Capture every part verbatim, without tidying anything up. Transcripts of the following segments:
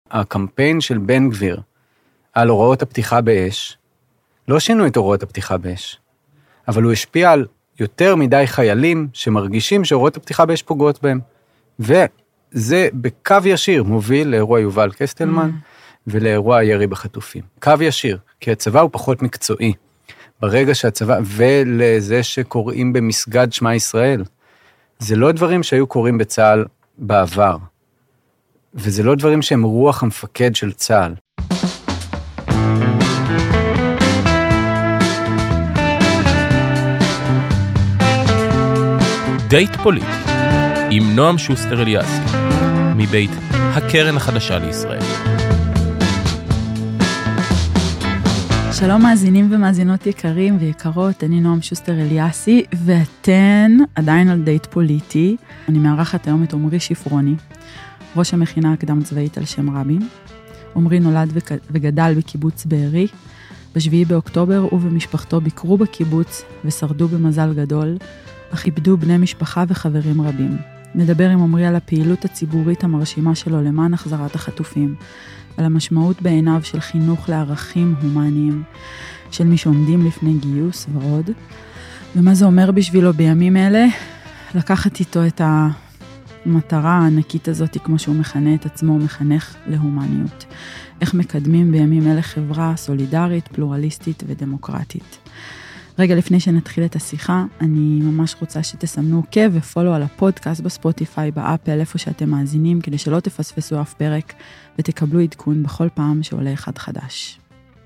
הקמפיין של בן גביר על הוראות הפתיחה באש, לא שינו את הוראות הפתיחה באש, אבל הוא השפיע על יותר מדי חיילים שמרגישים שהוראות הפתיחה באש פוגעות בהם. וזה בקו ישיר מוביל לאירוע יובל קסטלמן, mm. ולאירוע הירי בחטופים. קו ישיר, כי הצבא הוא פחות מקצועי. ברגע שהצבא, ולזה שקוראים במסגד שמע ישראל, זה לא דברים שהיו קוראים בצה"ל בעבר. וזה לא דברים שהם רוח המפקד של צה"ל. דייט פוליטי, עם נועם שוסטר אליאסי, מבית הקרן החדשה לישראל. שלום מאזינים ומאזינות יקרים ויקרות, אני נועם שוסטר אליאסי, ואתן עדיין על דייט פוליטי. אני מארחת היום את עומרי שפרוני, ראש המכינה הקדם צבאית על שם רבין. עומרי נולד וגדל בקיבוץ בארי. בשביעי באוקטובר הוא ומשפחתו ביקרו בקיבוץ ושרדו במזל גדול, אך איבדו בני משפחה וחברים רבים. נדבר עם עומרי על הפעילות הציבורית המרשימה שלו למען החזרת החטופים, על המשמעות בעיניו של חינוך לערכים הומניים, של מי שעומדים לפני גיוס ועוד, ומה זה אומר בשבילו בימים אלה, לקחת איתו את המטרה הענקית הזאת, כמו שהוא מכנה את עצמו, הוא מחנך להומניות. איך מקדמים בימים אלה חברה סולידרית, פלורליסטית ודמוקרטית. רגע לפני שנתחיל את השיחה, אני ממש רוצה שתסמנו עוקב ופולו על הפודקאסט בספוטיפיי, באפל, איפה שאתם מאזינים, כדי שלא תפספסו אף פרק, ותקבלו עדכון בכל פעם שעולה אחד חדש.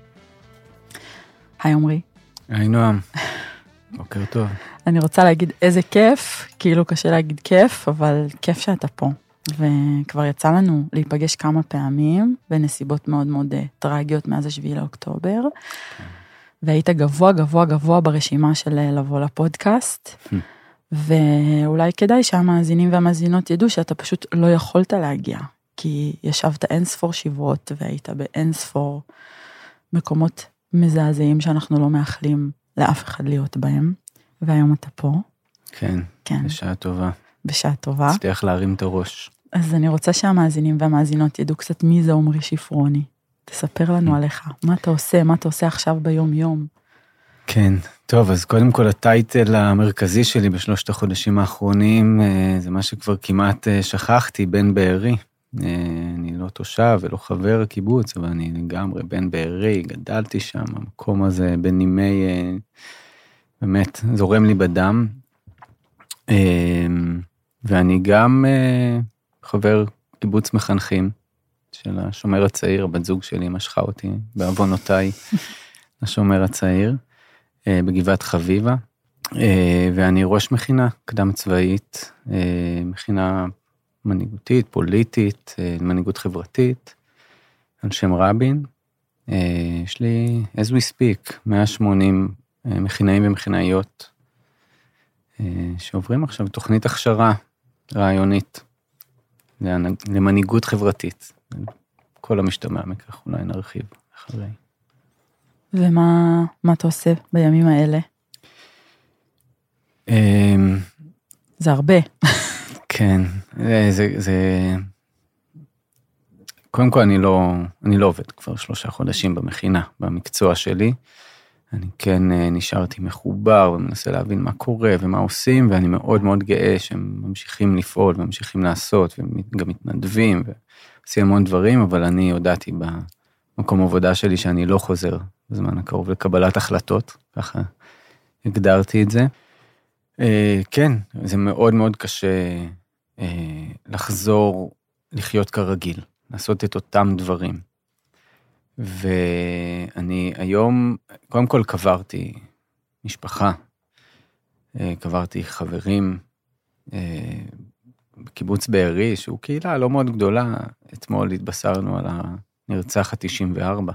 היי עומרי. היי נועם. בוקר טוב. אני רוצה להגיד איזה כיף, כאילו קשה להגיד כיף, אבל כיף שאתה פה. וכבר יצא לנו להיפגש כמה פעמים, בנסיבות מאוד מאוד טרגיות מאז השביעי לאוקטובר. והיית גבוה, גבוה, גבוה ברשימה של לבוא לפודקאסט, ואולי כדאי שהמאזינים והמאזינות ידעו שאתה פשוט לא יכולת להגיע, כי ישבת אין ספור שבועות, והיית באין ספור מקומות מזעזעים שאנחנו לא מאחלים לאף אחד להיות בהם, והיום אתה פה. כן, כן. בשעה טובה. בשעה טובה. הצליח להרים את הראש. אז אני רוצה שהמאזינים והמאזינות ידעו קצת מי זה עומרי שפרוני. תספר לנו עליך, מה אתה עושה, מה אתה עושה עכשיו ביום יום. כן, טוב, אז קודם כל הטייטל המרכזי שלי בשלושת החודשים האחרונים, זה מה שכבר כמעט שכחתי, בן בארי. אני לא תושב ולא חבר קיבוץ, אבל אני לגמרי בן בארי, גדלתי שם, המקום הזה בנימי, באמת, זורם לי בדם. ואני גם חבר קיבוץ מחנכים, של השומר הצעיר, הבת זוג שלי משכה אותי בעוונותיי, השומר הצעיר, בגבעת חביבה, ואני ראש מכינה, קדם צבאית, מכינה מנהיגותית, פוליטית, מנהיגות חברתית, על שם רבין. יש לי, as we speak, מאה ושמונים מכינאים ומכינאיות, שעוברים עכשיו תוכנית הכשרה רעיונית, למנהיגות חברתית. כל המשתמע מכך, אולי נרחיב אחרי. ומה מה אתה עושה בימים האלה? זה הרבה. כן, זה, זה... קודם כל אני לא, אני לא עובד כבר שלושה חודשים במכינה, במקצוע שלי. אני כן נשארתי מחובר ומנסה להבין מה קורה ומה עושים, ואני מאוד מאוד גאה שהם ממשיכים לפעול וממשיכים לעשות, וגם מתנדבים ועושים המון דברים, אבל אני הודעתי במקום עבודה שלי שאני לא חוזר בזמן הקרוב לקבלת החלטות, ככה הגדרתי את זה. כן, זה מאוד מאוד קשה לחזור לחיות כרגיל, לעשות את אותם דברים. ואני היום, קודם כל קברתי משפחה, קברתי חברים, בקיבוץ בארי, שהוא קהילה לא מאוד גדולה, אתמול התבשרנו על הנרצח ה-תשעים וארבע.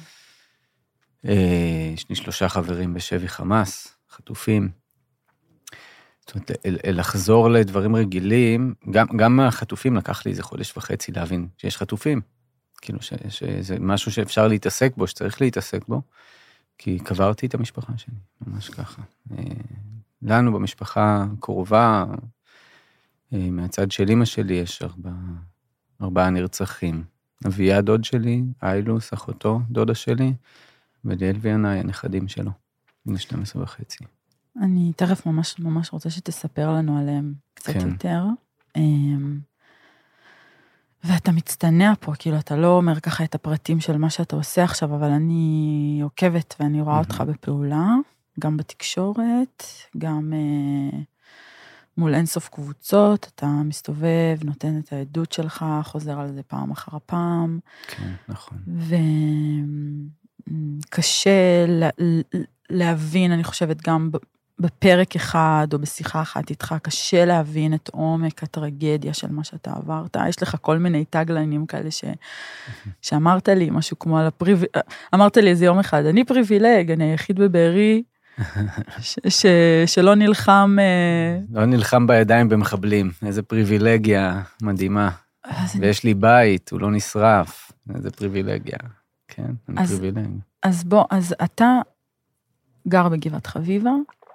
יש לי שלושה חברים בשבי חמאס, חטופים. זאת אומרת, לחזור לדברים רגילים, גם, גם מהחטופים לקח לי איזה חודש וחצי להבין שיש חטופים. כאילו ש, שזה משהו שאפשר להתעסק בו, שצריך להתעסק בו, כי קברתי את המשפחה שלי, ממש ככה. לנו במשפחה קרובה, מהצד של אמא שלי יש ארבע, ארבעה נרצחים, אביה דוד שלי, איילוס, אחותו, דודה שלי, וליאל וינאי, הנכדים שלו, בני שתים עשרה וחצי. אני תכף ממש ממש רוצה שתספר לנו עליהם קצת כן. יותר. ואתה מצטנע פה, כאילו אתה לא אומר ככה את הפרטים של מה שאתה עושה עכשיו, אבל אני עוקבת ואני רואה אותך בפעולה, גם בתקשורת, גם אה, מול אינסוף קבוצות, אתה מסתובב, נותן את העדות שלך, חוזר על זה פעם אחר פעם. כן, נכון. וקשה לה, להבין, אני חושבת גם בפרק אחד או בשיחה אחת איתך, קשה להבין את עומק הטרגדיה של מה שאתה עברת. יש לך כל מיני טאגליינים כאלה ש... שאמרת לי, משהו כמו על הפריב... אמרת לי איזה יום אחד, אני פריבילג, אני היחיד בבארי, ש... ש... שלא נלחם... לא נלחם בידיים במחבלים, איזה פריבילגיה מדהימה. ויש לי בית, הוא לא נשרף, איזה פריבילגיה. כן, אני אז, פריבילג. אז בוא, אז אתה גר בגבעת חביבה,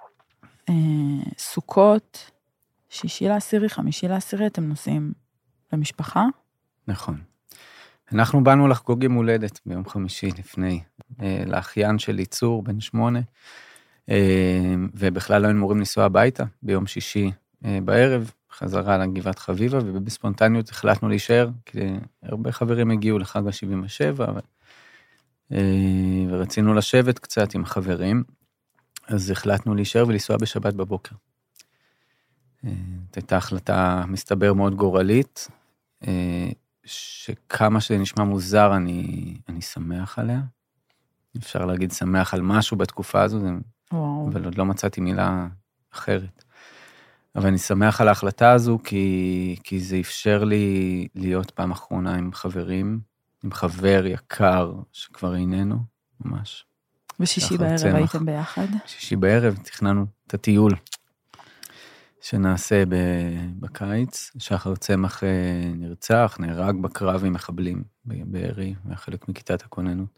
סוכות, שישי לעשירי, חמישי לעשירי, אתם נוסעים למשפחה? נכון. אנחנו באנו לחגוג יום הולדת ביום חמישי לפני, לאחיין של ייצור בן שמונה, ובכלל לא היינו אמורים לנסוע הביתה ביום שישי בערב, חזרה לגבעת חביבה, ובספונטניות החלטנו להישאר, כי הרבה חברים הגיעו לחג ה-שבעים ושבע, ורצינו לשבת קצת עם חברים, אז החלטנו להישאר ולנסוע בשבת בבוקר. הייתה החלטה מסתבר מאוד גורלית, שכמה שזה נשמע מוזר, אני, אני שמח עליה. אפשר להגיד שמח על משהו בתקופה הזו, וואו. אבל עוד לא מצאתי מילה אחרת. אבל אני שמח על ההחלטה הזו, כי, כי זה אפשר לי להיות פעם אחרונה עם חברים, עם חבר יקר שכבר איננו, ממש. בשישי בערב צמח. הייתם ביחד? בשישי בערב תכננו את הטיול שנעשה בקיץ. שחר צמח נרצח, נהרג בקרב עם מחבלים בארי, מהחלק מכיתת הכוננות.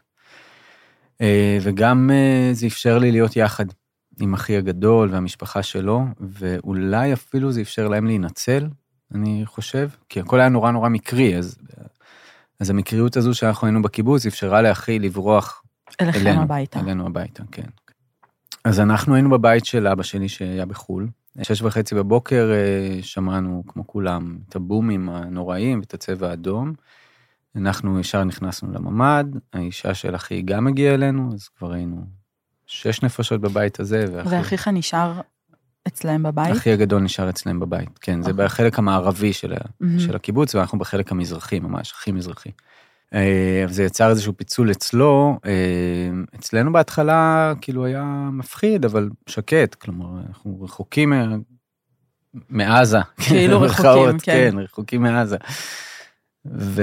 וגם זה אפשר לי להיות יחד עם אחי הגדול והמשפחה שלו, ואולי אפילו זה אפשר להם להינצל, אני חושב, כי הכל היה נורא נורא מקרי, אז, אז המקריות הזו שאנחנו היינו בקיבוץ, אפשרה לאחי לברוח אליכם אלינו, הביתה. אלינו הביתה, כן. אז אנחנו היינו בבית של אבא שלי שהיה בחול. שש וחצי בבוקר שמענו, כמו כולם, את הבומים הנוראים ואת הצבע האדום. אנחנו ישר נכנסנו לממד, האישה של אחי גם הגיעה אלינו, אז כבר היינו שש נפשות בבית הזה. ואחי... ואחיך נשאר אצלהם בבית? אחי הגדול נשאר אצלהם בבית, כן. זה בחלק המערבי של, ה... של הקיבוץ, ואנחנו בחלק המזרחי, ממש, הכי מזרחי. אבל זה יצר איזשהו פיצול אצלו, אצלנו בהתחלה כאילו היה מפחיד, אבל שקט, כלומר, אנחנו רחוקים מעזה. כאילו רחוקים, כן. כן, רחוקים מעזה. ו...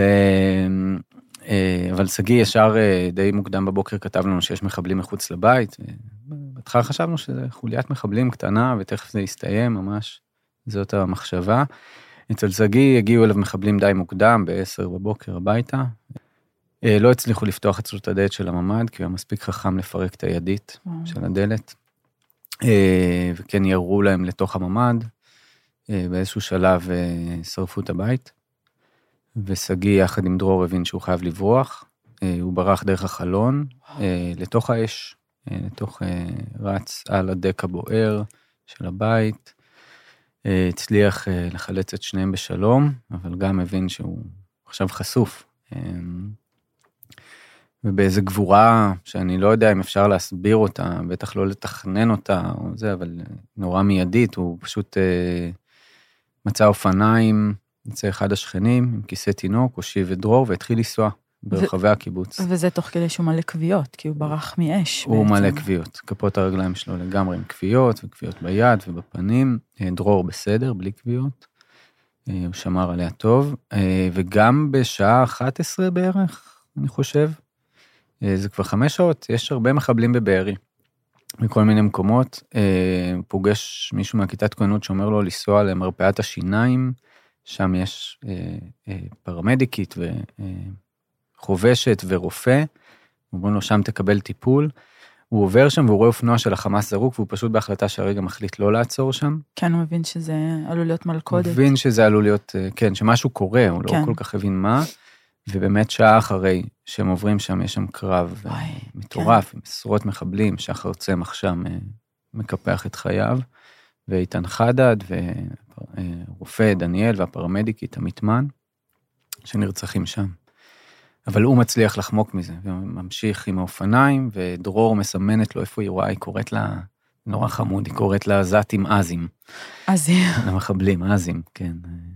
אבל סגי ישר די מוקדם בבוקר כתב לנו שיש מחבלים מחוץ לבית, בהתחלה חשבנו שזה חוליית מחבלים קטנה, ותכף זה יסתיים ממש, זאת המחשבה. אצל סגי הגיעו אליו מחבלים די מוקדם, בעשר בבוקר הביתה. לא הצליחו לפתוח אצלו את הדלת של הממד, כי הוא היה מספיק חכם לפרק את הידית של הדלת. וכן ירו להם לתוך הממד, באיזשהו שלב שרפו את הבית. וסגי יחד עם דרור הבין שהוא חייב לברוח. הוא ברח דרך החלון, לתוך האש, לתוך רץ על הדק הבוער של הבית. הצליח לחלץ את שניהם בשלום, אבל גם הבין שהוא עכשיו חשוף. ובאיזו גבורה שאני לא יודע אם אפשר להסביר אותה, בטח לא לתכנן אותה, או זה, אבל נורא מיידית, הוא פשוט מצא אופניים, יצא אחד השכנים, עם כיסא תינוק, הושיב את דרור, והתחיל לנסוע ברחבי הקיבוץ. וזה תוך כדי שהוא מלא כוויות, כי הוא ברח מאש. הוא מלא כוויות, כפות הרגליים שלו לגמרי עם כוויות, וכוויות ביד ובפנים, דרור בסדר, בלי כוויות, הוא שמר עליה טוב, וגם בשעה אחת עשרה בערך, אני חושב, זה כבר חמש שעות, יש הרבה מחבלים בבארי, מכל מיני מקומות, פוגש מישהו מהכיתת כהנות שאומר לו לנסוע למרפאת השיניים, שם יש פרמדיקית וחובשת ורופא, אומרים לו שם תקבל טיפול, הוא עובר שם והוא רואה אופנוע של החמאס זרוק, והוא פשוט בהחלטה שהרגע מחליט לא לעצור שם. כן, הוא מבין שזה עלול להיות מלכודת. הוא מבין שזה עלול להיות, כן, שמשהו קורה, הוא כן. לא כל כך הבין מה, ובאמת שעה אחרי שהם עוברים שם, יש שם קרב וואי, מטורף, כן. עם עשרות מחבלים, שחר צמח שם מקפח את חייו, ואיתן חדד, ורופא דניאל והפרמדיקית המתמן, שנרצחים שם. אבל הוא מצליח לחמוק מזה, וממשיך עם האופניים, ודרור מסמנת לו איפה היא רואה, היא קוראת לה, נורא חמוד, היא קוראת לה זאטים עזים. עזים. למחבלים, עזים, כן.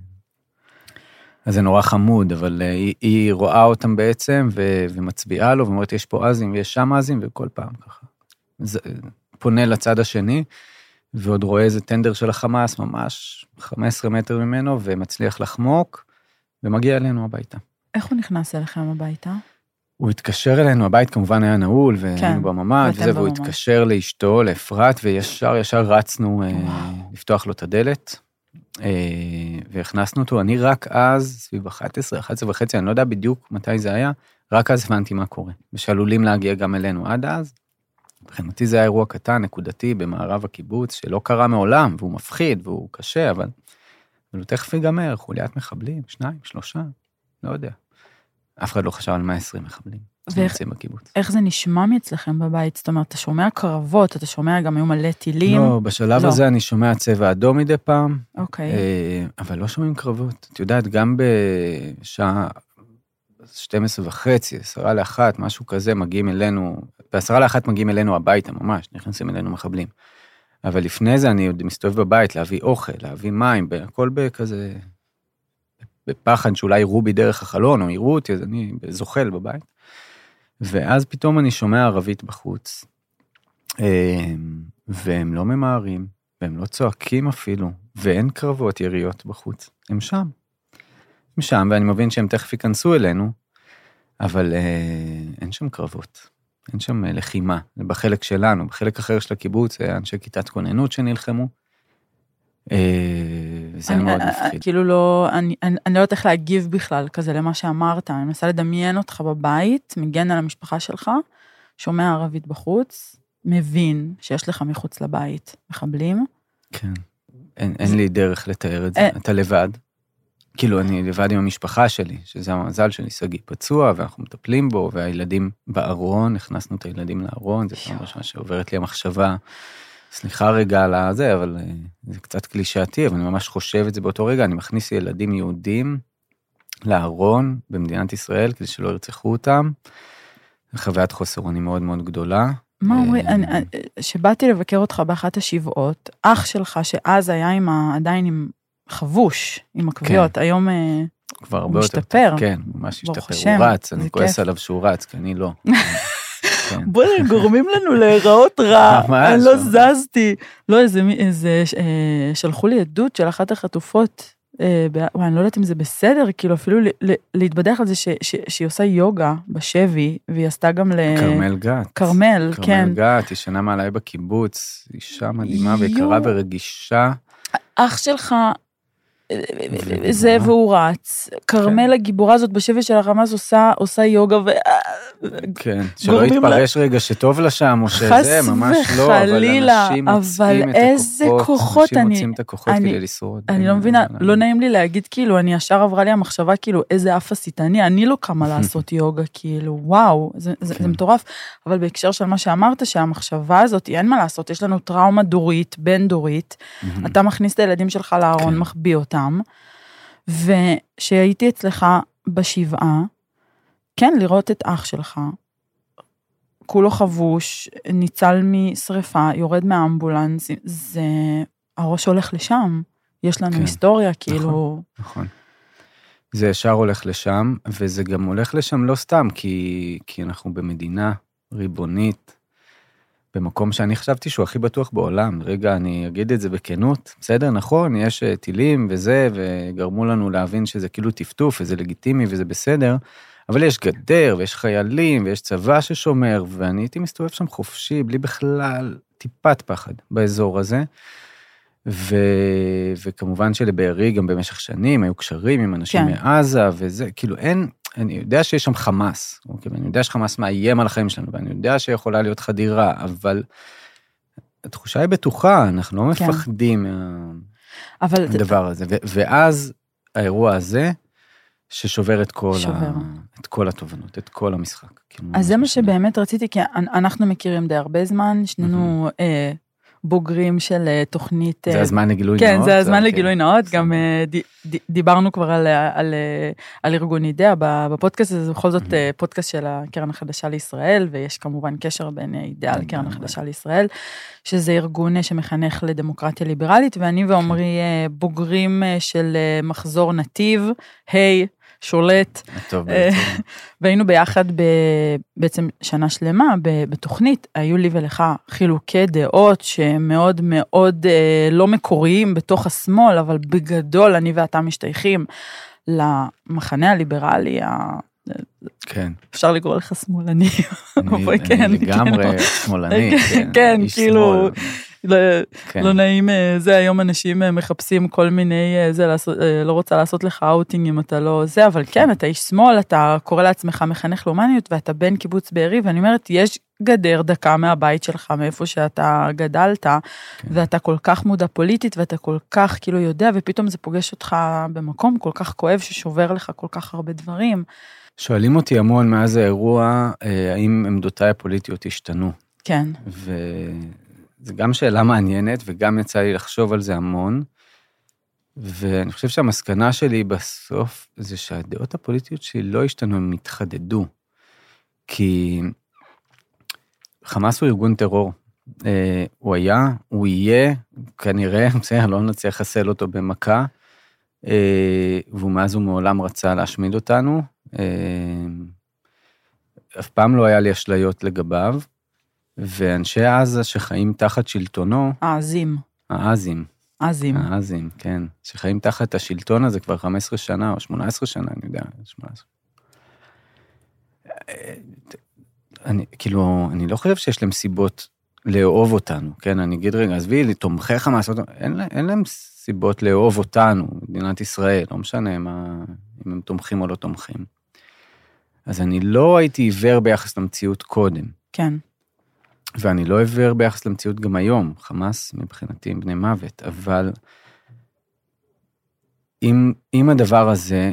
אז זה נורא חמוד, אבל היא, היא רואה אותם בעצם, ו, ומצביעה לו, ואומרת, יש פה עזים, ויש שם עזים, וכל פעם ככה. זה, פונה לצד השני, ועוד רואה איזה טנדר של החמאס, ממש חמישה עשר מטר ממנו, ומצליח לחמוק, ומגיע אלינו הביתה. איך הוא נכנס אליכם הביתה? הוא התקשר אלינו, הבית כמובן היה נעול, והיינו בממ"ד, וזה, והוא התקשר לאשתו, לאפרת, וישר ישר רצנו לפתוח לו את הדלת, והכנסנו אותו. אני רק אז, סביב אחת עשרה, אחת עשרה וחצי, אני לא יודע בדיוק מתי זה היה, רק אז הבנתי מה קורה, ושעלולים להגיע גם אלינו עד אז. מבחינתי זה היה אירוע קטן, נקודתי, במערב הקיבוץ, שלא קרה מעולם, והוא מפחיד, והוא קשה, אבל, אבל הוא תכף ייגמר, חוליית מחבלים, שניים, שלושה, לא יודע. אף אחד לא חשב על מאה ועשרים מחבלים. איך זה נשמע מאצלכם בבית? זאת אומרת, אתה שומע קרבות, אתה שומע גם היו מלא טילים? לא, בשלב לא. הזה אני שומע צבע אדום מדי פעם, אוקיי. אבל לא שומעים קרבות. את יודעת, גם בשעה שתים עשרה וחצי, עשרה לאחת, משהו כזה, מגיעים אלינו, בעשרה לאחת מגיעים אלינו הביתה ממש, נכנסים אלינו מחבלים. אבל לפני זה אני עוד מסתובב בבית, להביא אוכל, להביא מים, הכל בכזה, בפחד שאולי יראו בי דרך החלון, או יראו אותי, אז אני זוחל בבית. ואז פתאום אני שומע ערבית בחוץ, והם לא ממהרים, והם לא צועקים אפילו, ואין קרבות יריות בחוץ, הם שם. הם שם, ואני מבין שהם תכף ייכנסו אלינו, אבל אין שם קרבות, אין שם לחימה, זה בחלק שלנו, בחלק אחר של הקיבוץ, אנשי כיתת כוננות שנלחמו, זה היה מאוד מפחיד. כאילו לא, אני לא יודעת איך להגיב בכלל כזה למה שאמרת, אני מנסה לדמיין אותך בבית, מגן על המשפחה שלך, שומע ערבית בחוץ, מבין שיש לך מחוץ לבית מחבלים. כן, אין לי דרך לתאר את זה, אתה לבד. כאילו אני לבד עם המשפחה שלי, שזה המזל שלי, סגי פצוע, ואנחנו מטפלים בו, והילדים בארון, הכנסנו את הילדים לארון, זה ממש מה שעוברת לי המחשבה, סליחה רגע על זה, אבל זה קצת קלישאתי, אבל אני ממש חושב את זה באותו רגע, אני מכניס ילדים יהודים לארון במדינת ישראל, כדי שלא ירצחו אותם, חוויית חוסר אונים מאוד מאוד גדולה. מה אומרי, שבאתי לבקר אותך באחת השבעות, אח שלך שאז היה עדיין עם חבוש, עם הכוויות, היום הוא משתפר. כן, ממש השתפר, הוא רץ, אני כועס עליו שהוא רץ, כי אני לא. בואי, גורמים לנו להיראות רע, אני לא זזתי. לא, איזה, שלחו לי עדות של אחת החטופות, אני לא יודעת אם זה בסדר, כאילו אפילו להתבדח על זה שהיא עושה יוגה בשבי, והיא עשתה גם ל... קרמל גת. קרמל, כן. קרמל גת, היא שנה מעליי בקיבוץ, אישה מדהימה ויקרה ורגישה. אח שלך... זה והוא רץ, קרמל הגיבורה הזאת בשבי של החמאס עושה יוגה ו... כן, שלא יתפרש רגע שטוב לה שם או שזה, ממש לא, אבל אנשים מוצאים את הכוחות, אנשים מוצאים את הכוחות כדי לשרוד. אני לא מבינה, לא נעים לי להגיד כאילו, אני ישר עברה לי המחשבה כאילו, איזה אף עשיתני, אני לא קמה לעשות יוגה, כאילו, וואו, זה מטורף, אבל בהקשר של מה שאמרת, שהמחשבה הזאת, אין מה לעשות, יש לנו טראומה דורית, בין דורית, אתה מכניס את הילדים שלך לארון, מחביא אותם, ושהייתי אצלך בשבעה, כן, לראות את אח שלך, כולו חבוש, ניצל משריפה, יורד מהאמבולנס, זה, הראש הולך לשם, יש לנו כן, היסטוריה, כאילו... נכון, נכון. זה ישר הולך לשם, וזה גם הולך לשם לא סתם, כי, כי אנחנו במדינה ריבונית, במקום שאני חשבתי שהוא הכי בטוח בעולם, רגע, אני אגיד את זה בכנות, בסדר, נכון, יש טילים וזה, וגרמו לנו להבין שזה כאילו טפטוף, וזה לגיטימי וזה בסדר, אבל יש גדר, ויש חיילים, ויש צבא ששומר, ואני הייתי מסתובב שם חופשי, בלי בכלל טיפת פחד באזור הזה, ו... וכמובן שלבארי גם במשך שנים, היו קשרים עם אנשים כן. מעזה, וזה, כאילו אין, אני יודע שיש שם חמאס, אוקיי? אני יודע שחמאס מאיים על החיים שלנו, ואני יודע שיכולה להיות חדירה, אבל התחושה היא בטוחה, אנחנו לא כן. מפחדים אבל... מהדבר הזה, ו... ואז האירוע הזה, ששובר את כל, שובר. ה... את כל התובנות, את כל המשחק. כאילו אז זה מה משנה. שבאמת רציתי, כי אנחנו מכירים די הרבה זמן, שנינו אה, בוגרים של אה, תוכנית... זה אה, הזמן לגילוי כן, נאות. זה הזמן כן. לגילוי נאות, בסדר. גם אה, ד, ד, דיברנו כבר על, על, על ארגון אידאה בפודקאסט הזה, בכל זאת אה, פודקאסט של הקרן החדשה לישראל, ויש כמובן קשר בין אידאה לקרן החדשה לישראל, שזה ארגון שמחנך לדמוקרטיה ליברלית, ואני ועומרי אה, בוגרים אה, של אה, מחזור נתיב, היי, שולט, טוב, בעצם. והיינו ביחד ב, בעצם שנה שלמה בתוכנית, היו לי ולך חילוקי דעות שמאוד מאוד אה, לא מקוריים בתוך השמאל, אבל בגדול אני ואתה משתייכים למחנה הליברלי, ה... כן. אפשר לקרוא לך שמאלני. אני, כן, אני לגמרי כאילו. שמאלני, כן, כן, איש כאילו, שמאל. לא, כן. לא נעים, זה היום אנשים מחפשים כל מיני, זה לעשות, לא רוצה לעשות לך אאוטינג אם אתה לא זה, אבל כן, אתה איש שמאל, אתה קורא לעצמך מחנך לאומניות, ואתה בן קיבוץ בארי, ואני אומרת, יש גדר דקה מהבית שלך, מאיפה שאתה גדלת, כן. ואתה כל כך מודע פוליטית, ואתה כל כך כאילו יודע, ופתאום זה פוגש אותך במקום כל כך כואב, ששובר לך כל כך הרבה דברים. שואלים אותי המון מאז האירוע, האם עמדותיי הפוליטיות השתנו. כן. וזה גם שאלה מעניינת, וגם יצא לי לחשוב על זה המון, ואני חושב שהמסקנה שלי בסוף, זה שהדעות הפוליטיות שלי לא השתנו, הם התחדדו. כי חמאס הוא ארגון טרור. הוא היה, הוא יהיה, כנראה, בסדר, לא נצליח לחסל אותו במכה, והוא מאז הוא מעולם רצה להשמיד אותנו, אף פעם לא היה לי אשליות לגביו, ואנשי עזה שחיים תחת שלטונו, העזים. העזים. עזים. העזים, כן. שחיים תחת השלטון הזה כבר חמש עשרה שנה, או שמונה עשרה שנה, אני יודע, שמונה עשרה. אני, כאילו, אני לא חושב שיש להם סיבות לאהוב אותנו, כן? אני אגיד רגע, עזבי לי, תומכי חמאס, אין, אין להם סיבות לאהוב אותנו, מדינת ישראל, לא משנה מה, אם הם תומכים או לא תומכים. אז אני לא הייתי עיוור ביחס למציאות קודם. כן. ואני לא עיוור ביחס למציאות גם היום, חמאס מבחינתי עם בני מוות, אבל אם, אם הדבר הזה,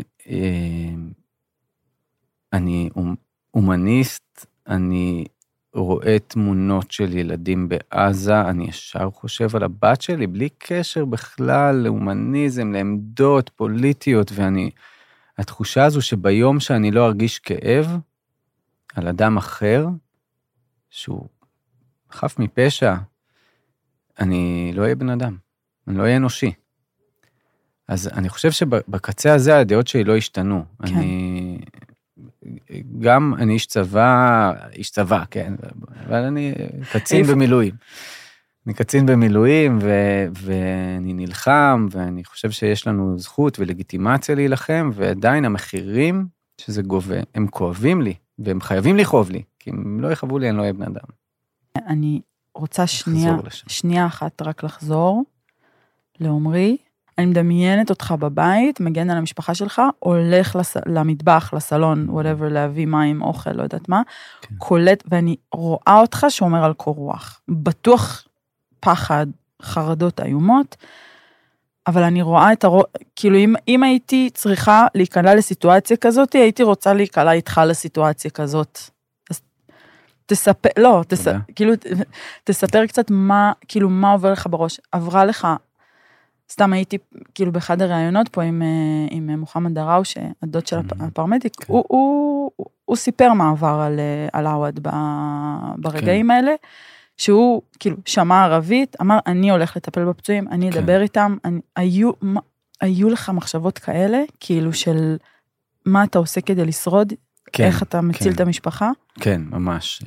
אני הומניסט, אני רואה תמונות של ילדים בעזה, אני ישר חושב על הבת שלי, בלי קשר בכלל להומניזם, לעמדות פוליטיות, ואני, התחושה הזו שביום שאני לא ארגיש כאב, על אדם אחר, שהוא חף מפשע, אני לא אהיה בן אדם, אני לא אהיה אנושי. אז אני חושב שבקצה הזה הדעות שלי לא השתנו. כן. אני, גם אני איש צבא, איש צבא, כן, אבל אני קצין במילואים. אני קצין במילואים, ו- ואני נלחם, ואני חושב שיש לנו זכות ולגיטימציה להילחם, ועדיין המחירים שזה גובה, הם כואבים לי, והם חייבים לכאוב לי, כי אם לא יחוו לי, אני לא אהיה בן אדם. אני רוצה שנייה, שנייה אחת רק לחזור לעומרי. אני מדמיינת אותך בבית, מגן על המשפחה שלך, הולך לס... למטבח, לסלון, whatever, להביא מים, אוכל, לא יודעת מה, כן. קולט, ואני רואה אותך שומר על קור רוח. בטוח פחד, חרדות איומות, אבל אני רואה את הרוח, כאילו אם, אם הייתי צריכה להיקלע לסיטואציה כזאת, הייתי רוצה להיקלע איתך לסיטואציה כזאת. אז תספר, לא, תס... כאילו, תספר קצת מה, כאילו, מה עובר לך בראש. עברה לך, סתם הייתי כאילו באחד הראיונות פה עם, עם מוחמד דראו, שהדוד של הפרמדיק, כן. הוא, הוא, הוא, הוא סיפר מה עבר על, על עווד ברגעים כן. האלה, שהוא כאילו שמע ערבית, אמר, אני הולך לטפל בפצועים, אני כן. אדבר איתם, אני, היו, מה, היו לך מחשבות כאלה, כאילו של מה אתה עושה כדי לשרוד, כן, איך אתה מציל כן. את המשפחה? כן, ממש.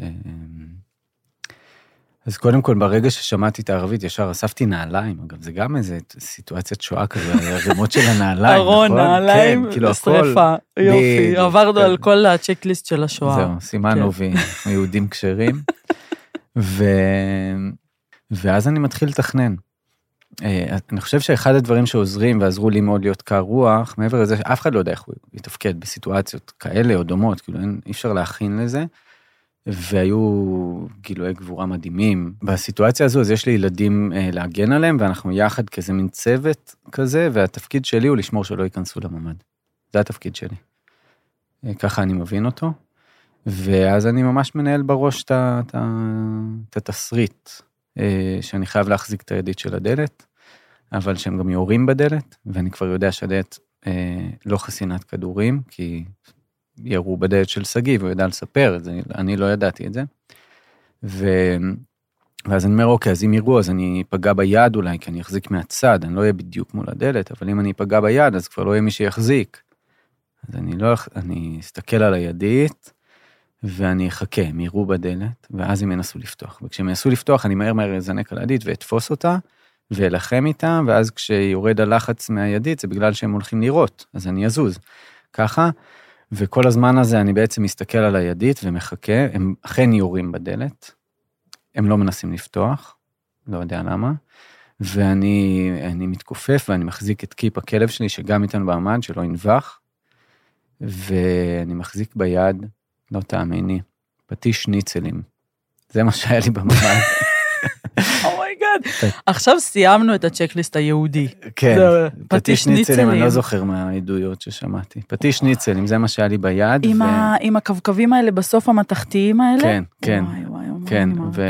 אז קודם כל, ברגע ששמעתי את הערבית, ישר אספתי נעליים, אגב, זה גם איזה סיטואציית שואה כזה, הרימות של הנעליים, ארון, נעליים, שריפה, יופי, עברנו על כל הצ'קליסט של השואה. זהו, סימנו ויהודים כשרים, ואז אני מתחיל לתכנן. אני חושב שאחד הדברים שעוזרים ועזרו לי מאוד להיות קר רוח, מעבר לזה שאף אחד לא יודע איך הוא יתפקד בסיטואציות כאלה או דומות, כאילו אי אפשר להכין לזה, והיו גילויי גבורה מדהימים. בסיטואציה הזו, אז יש לי ילדים להגן עליהם, ואנחנו יחד כזה מין צוות כזה, והתפקיד שלי הוא לשמור שלא ייכנסו לממד. זה התפקיד שלי. ככה אני מבין אותו, ואז אני ממש מנהל בראש את התסריט, שאני חייב להחזיק את הידית של הדלת, אבל שהם גם יורים בדלת, ואני כבר יודע שהדלת לא חסינת כדורים, כי ירו בדלת של סגי, והוא ידע לספר את זה, אני לא ידעתי את זה, ו... ואז אני אומר, אוקיי, אז אם יראו, אז אני אפגע ביד אולי, כי אני אחזיק מהצד, אני לא אהיה בדיוק מול הדלת, אבל אם אני אפגע ביד, אז כבר לא יהיה מי שיחזיק. אז אני לא, אני אסתכל על הידית, ואני אחכה, הם יראו בדלת, ואז הם ינסו לפתוח. וכשהם ינסו לפתוח, אני מהר מהר אזנק על הידית, ואתפוס אותה, ואלחם איתה, ואז כשיורד הלחץ מהידית, זה בגלל שהם הולכים לראות, אז אני אזוז. ככה, וכל הזמן הזה אני בעצם מסתכל על הידית, ומחכה, הם אכן יורים בדלת, הם לא מנסים לפתוח, לא יודע למה, ואני אני מתכופף, ואני מחזיק את קיפ הכלב שלי, שגם איתן בעמד, שלא ינבח, ואני מחזיק ביד, לא תאמיני, פטיש שניצלים. זה מה שהיה לי בממד. אומייגאד. עכשיו סיימנו את הצ'קליסט היהודי. כן, פטיש שניצלים, אני לא זוכר מהעדויות ששמעתי. פטיש שניצלים, זה מה שהיה לי ביד. עם הקווקבים האלה בסוף המתחתיים האלה? כן, כן. וואי, וואי, כן, ו...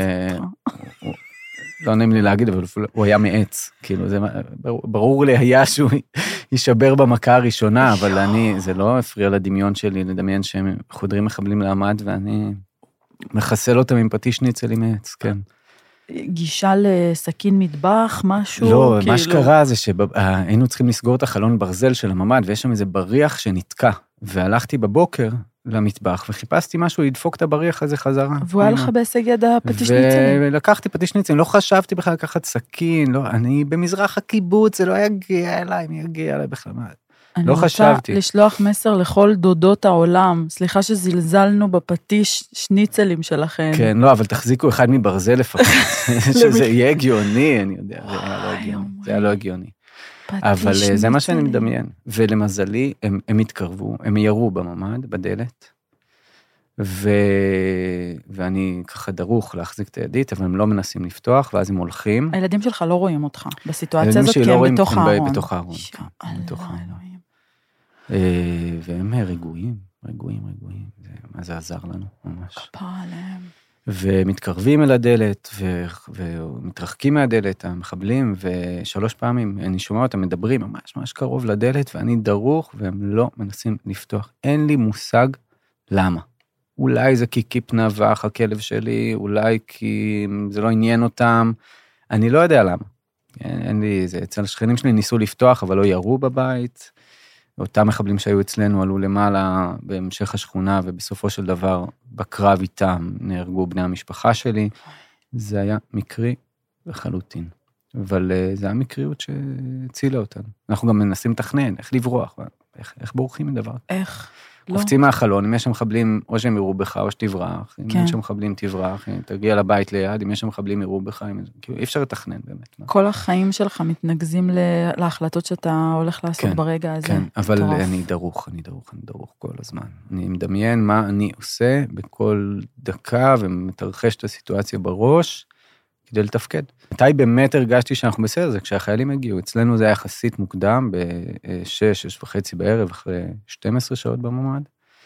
לא נעים לי להגיד, אבל הוא היה מעץ. כאילו, זה ברור לי היה שהוא יישבר במכה הראשונה, אבל אני, זה לא הפריע לדמיון שלי, לדמיין שהם חודרים מחבלים לעמד, ואני מחסל אותם עם פטיש שניצל עם מעץ, כן. גישה לסכין מטבח, משהו? לא, מה שקרה זה שהיינו צריכים לסגור את החלון ברזל של הממד, ויש שם איזה בריח שנתקע, והלכתי בבוקר למטבח, וחיפשתי משהו, לדפוק את הבריח הזה חזרה. והוא היה לך בהישג יד הפטיש ניצלים. ולקחתי פטיש ניצלים, לא חשבתי בכלל לקחת סכין, לא, אני במזרח הקיבוץ, זה לא יגיע אליי, מי יגיע אליי בכלל, לא חשבתי. אני רוצה לשלוח מסר לכל דודות העולם, סליחה שזלזלנו בפטיש שניצלים שלכם. כן, לא, אבל תחזיקו אחד מברזל לפחות, שזה יהיה הגיוני, אני יודע, זה היה לא הגיוני. אבל זה מה שאני מדמיין, ולמזלי, הם, הם התקרבו, הם ירו בממד, בדלת, ו... ואני ככה דרוך להחזיק את הידית, אבל הם לא מנסים לפתוח, ואז הם הולכים. הילדים שלך לא רואים אותך, בסיטואציה הזאת, כי הם בתוך הארון. בתוך הארון, כן, בתוך הארון. והם רגועים, רגועים, רגועים, מה זה עזר לנו, ממש. כפה עליהם. ומתקרבים אל הדלת, ו... ומתרחקים מהדלת, המחבלים, ושלוש פעמים אני שומע אותם מדברים ממש ממש קרוב לדלת, ואני דרוך, והם לא מנסים לפתוח. אין לי מושג למה. אולי זה כי קיפ נבח הכלב שלי, אולי כי זה לא עניין אותם, אני לא יודע למה. אין, אין לי, זה, אצל השכנים שלי ניסו לפתוח, אבל לא ירו בבית. אותם מחבלים שהיו אצלנו עלו למעלה בהמשך השכונה, ובסופו של דבר בקרב איתם נהרגו בני המשפחה שלי. זה היה מקרי לחלוטין. אבל זה היה מקריות שהצילה אותנו. אנחנו גם מנסים לתכנן, איך לברוח, איך, איך בורחים מדבר. איך? קופצים מהחלון, אם יש שם מחבלים, או שהם יראו בך, או שתברח. אם יש שם מחבלים, תברח. תגיע לבית ליד, אם יש שם מחבלים, יראו בך. כאילו, אי אפשר לתכנן באמת. כל החיים שלך מתנגזים להחלטות שאתה הולך לעשות ברגע הזה. כן, אבל אני דרוך, אני דרוך, אני דרוך כל הזמן. אני מדמיין מה אני עושה בכל דקה, ומתרחש את הסיטואציה בראש, כדי לתפקד. מתי באמת הרגשתי שאנחנו בסדר? זה כשהחיילים הגיעו. אצלנו זה היה יחסית מוקדם, בשש, שש וחצי בערב, אחרי שתים עשרה שעות בממד.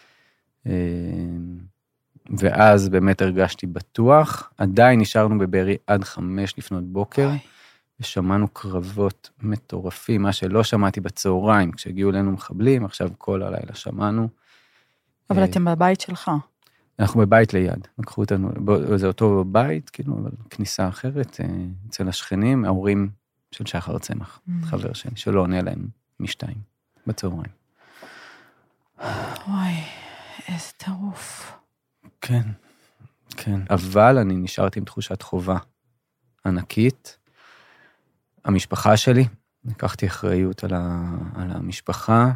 ואז באמת הרגשתי בטוח. עדיין נשארנו בבארי עד חמש לפנות בוקר, ושמענו קרבות מטורפים, מה שלא שמעתי בצהריים, כשהגיעו אלינו מחבלים, עכשיו כל הלילה שמענו. אבל אתם בבית שלך. אנחנו בבית ליד, לקחו אותנו, זה אותו בית, כאילו, אבל כניסה אחרת, אצל השכנים, ההורים של שחר צמח, חבר שלי, שלא עונה להם משתיים, בצהריים. וואי, איזה טירוף. כן, כן. אבל אני נשארתי עם תחושת חובה ענקית. המשפחה שלי, לקחתי אחריות על, ה, על המשפחה,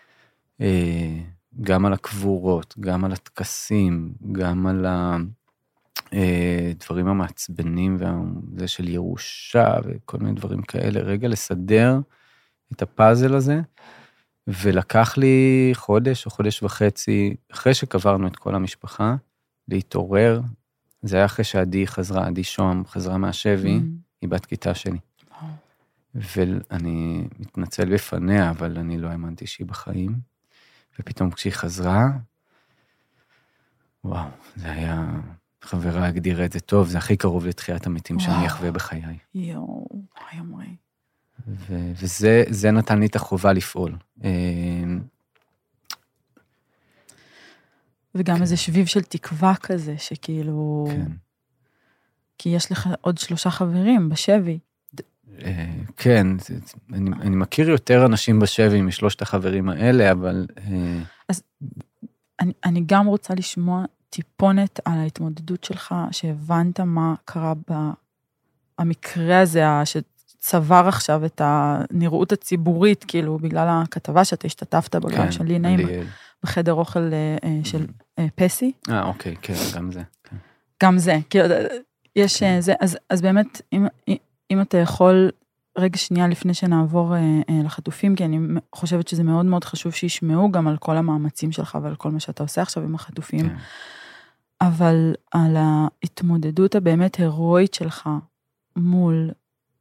גם על הקבורות, גם על התקסים, גם על הדברים המעצבנים, וזה של ירושה, וכל מיני דברים כאלה. רגע לסדר את הפאזל הזה, ולקח לי חודש או חודש וחצי, אחרי שקברנו את כל המשפחה, להתעורר. זה היה אחרי שעדי חזרה, עדי שום חזרה מהשבי, mm-hmm. היא בת כיתה שלי. Oh. ואני מתנצל בפניה, אבל אני לא האמנתי שהיא בחיים. ופתאום כשהיא חזרה, וואו, זה היה, חברה הגדירה את זה טוב, זה הכי קרוב לתחיית המתים וואו. שאני אחווה בחיי. יואו, היי אמרי. ו- וזה זה נתן לי את החובה לפעול. וגם כן. איזה שביב של תקווה כזה, שכאילו... כן. כי יש לך עוד שלושה חברים בשבי. כן, אני, אני מכיר יותר אנשים בשבי משלושת החברים האלה, אבל... אז אני, אני גם רוצה לשמוע טיפונת על ההתמודדות שלך, שהבנת מה קרה במקרה הזה, שצבר עכשיו את הנראות הציבורית, כאילו, בגלל הכתבה שאתה השתתפת בה, כן, של לי נעים, לי... בחדר אוכל של פסי. אה, אוקיי, כן, גם זה. כן. גם זה, כאילו, יש כן. זה, אז, אז באמת, אם, אם אתה יכול, רגע שנייה לפני שנעבור לחטופים, כי אני חושבת שזה מאוד מאוד חשוב שישמעו גם על כל המאמצים שלך, ועל כל מה שאתה עושה עכשיו עם החטופים, כן. אבל על ההתמודדות הבאמת הירואית שלך, מול,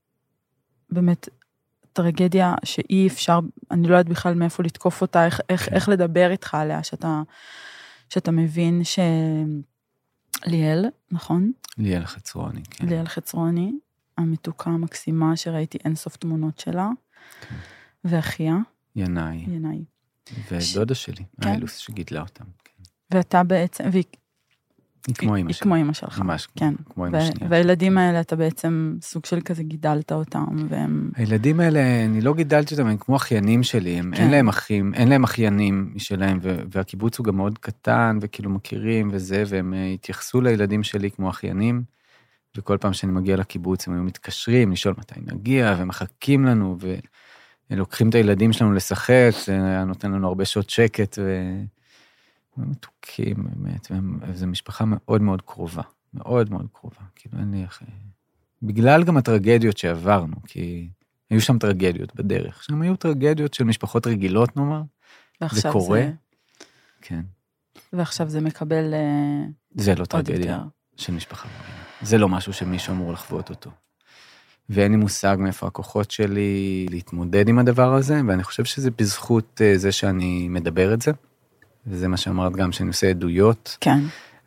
באמת, טרגדיה שאי אפשר, אני לא יודעת בכלל מאיפה לתקוף אותה, איך, איך, כן. איך לדבר איתך עליה, שאתה, שאתה מבין ש... ליאל, נכון? ליאל חצרוני, כן. ליאל חצרוני, המתוקה המקסימה שראיתי אינסוף תמונות שלה, כן. ואחיה. ינאי. ינאי. ודודה ש... שלי, כן. האילוס שגידלה אותם. כן. ואתה בעצם, והיא... היא כמו אמא שלה. היא כמו אמא שלך. ממש, כן. כמו אמא שנייה. והילדים האלה, אתה בעצם סוג של כזה גידלת אותם, והם... הילדים האלה, אני לא גידלתי אותם, הם כמו אחיינים שלי, הם אין להם אחים, אין להם אחיינים משלהם, והקיבוץ הוא גם מאוד קטן, וכאילו מכירים וזה, והם התייחסו לילדים שלי כמו אחיינים, וכל פעם שאני מגיע לקיבוץ, הם היו מתקשרים, לשאול מתי נגיע, ומחכים לנו, ולוקחים את הילדים שלנו לשחק, זה נותן לנו הרבה שעות שקט, ו... מתוקים באמת, וזו משפחה מאוד מאוד קרובה, מאוד מאוד קרובה, כאילו אין לי אחרי... בגלל גם הטרגדיות שעברנו, כי היו שם טרגדיות בדרך, שם היו טרגדיות של משפחות רגילות נאמר, זה קורה, זה... כן. ועכשיו זה מקבל... זה לא טרגדיה יותר. של משפחה רגילה, זה לא משהו שמישהו אמור לחוות אותו, ואין לי מושג מאיפה הכוחות שלי להתמודד עם הדבר הזה, ואני חושב שזה בזכות זה שאני מדבר את זה, וזה מה שאמרת גם, שאני עושה עדויות, כן.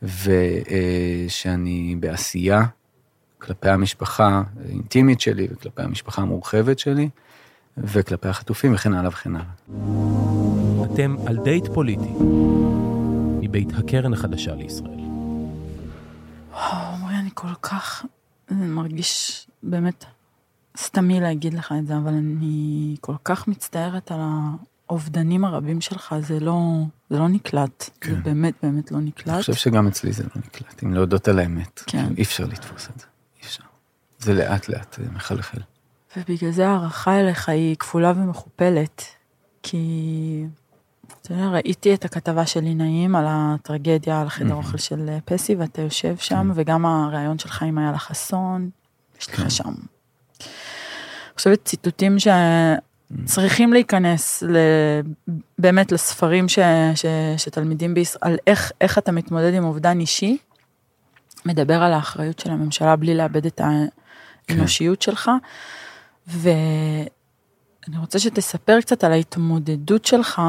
ושאני בעשייה, כלפי המשפחה האינטימית שלי, וכלפי המשפחה המורחבת שלי, וכלפי החטופים, וכן הלאה וכן הלאה. אתם על דייט פוליטי, מבית הקרן החדשה לישראל. וואו, אומרי, אני כל כך, אני מרגיש באמת סתמי להגיד לך את זה, אבל אני כל כך מצטערת על האובדנים הרבים שלך, זה לא, זה לא נקלט, כן. זה באמת באמת לא נקלט. אני חושב שגם אצלי זה לא נקלט, אם להודות על האמת, כן. אי אפשר לתפוס את זה, אי אפשר. זה לאט לאט מחלחל. ובגלל זה הערכה אליך היא כפולה ומכופלת, כי אתה יודע, ראיתי את הכתבה של נעים על הטרגדיה, על החדר אוכל של פסי, ואתה יושב שם, וגם הרעיון שלך עם איילה חסון, יש לך שם. אני חושבת ציטוטים שצריכים להיכנס באמת לספרים שתלמידים בישראל, איך אתה מתמודד עם אובדן אישי, מדבר על האחריות של הממשלה בלי לאבד את האנושיות שלך, ואני רוצה שתספר קצת על ההתמודדות שלך,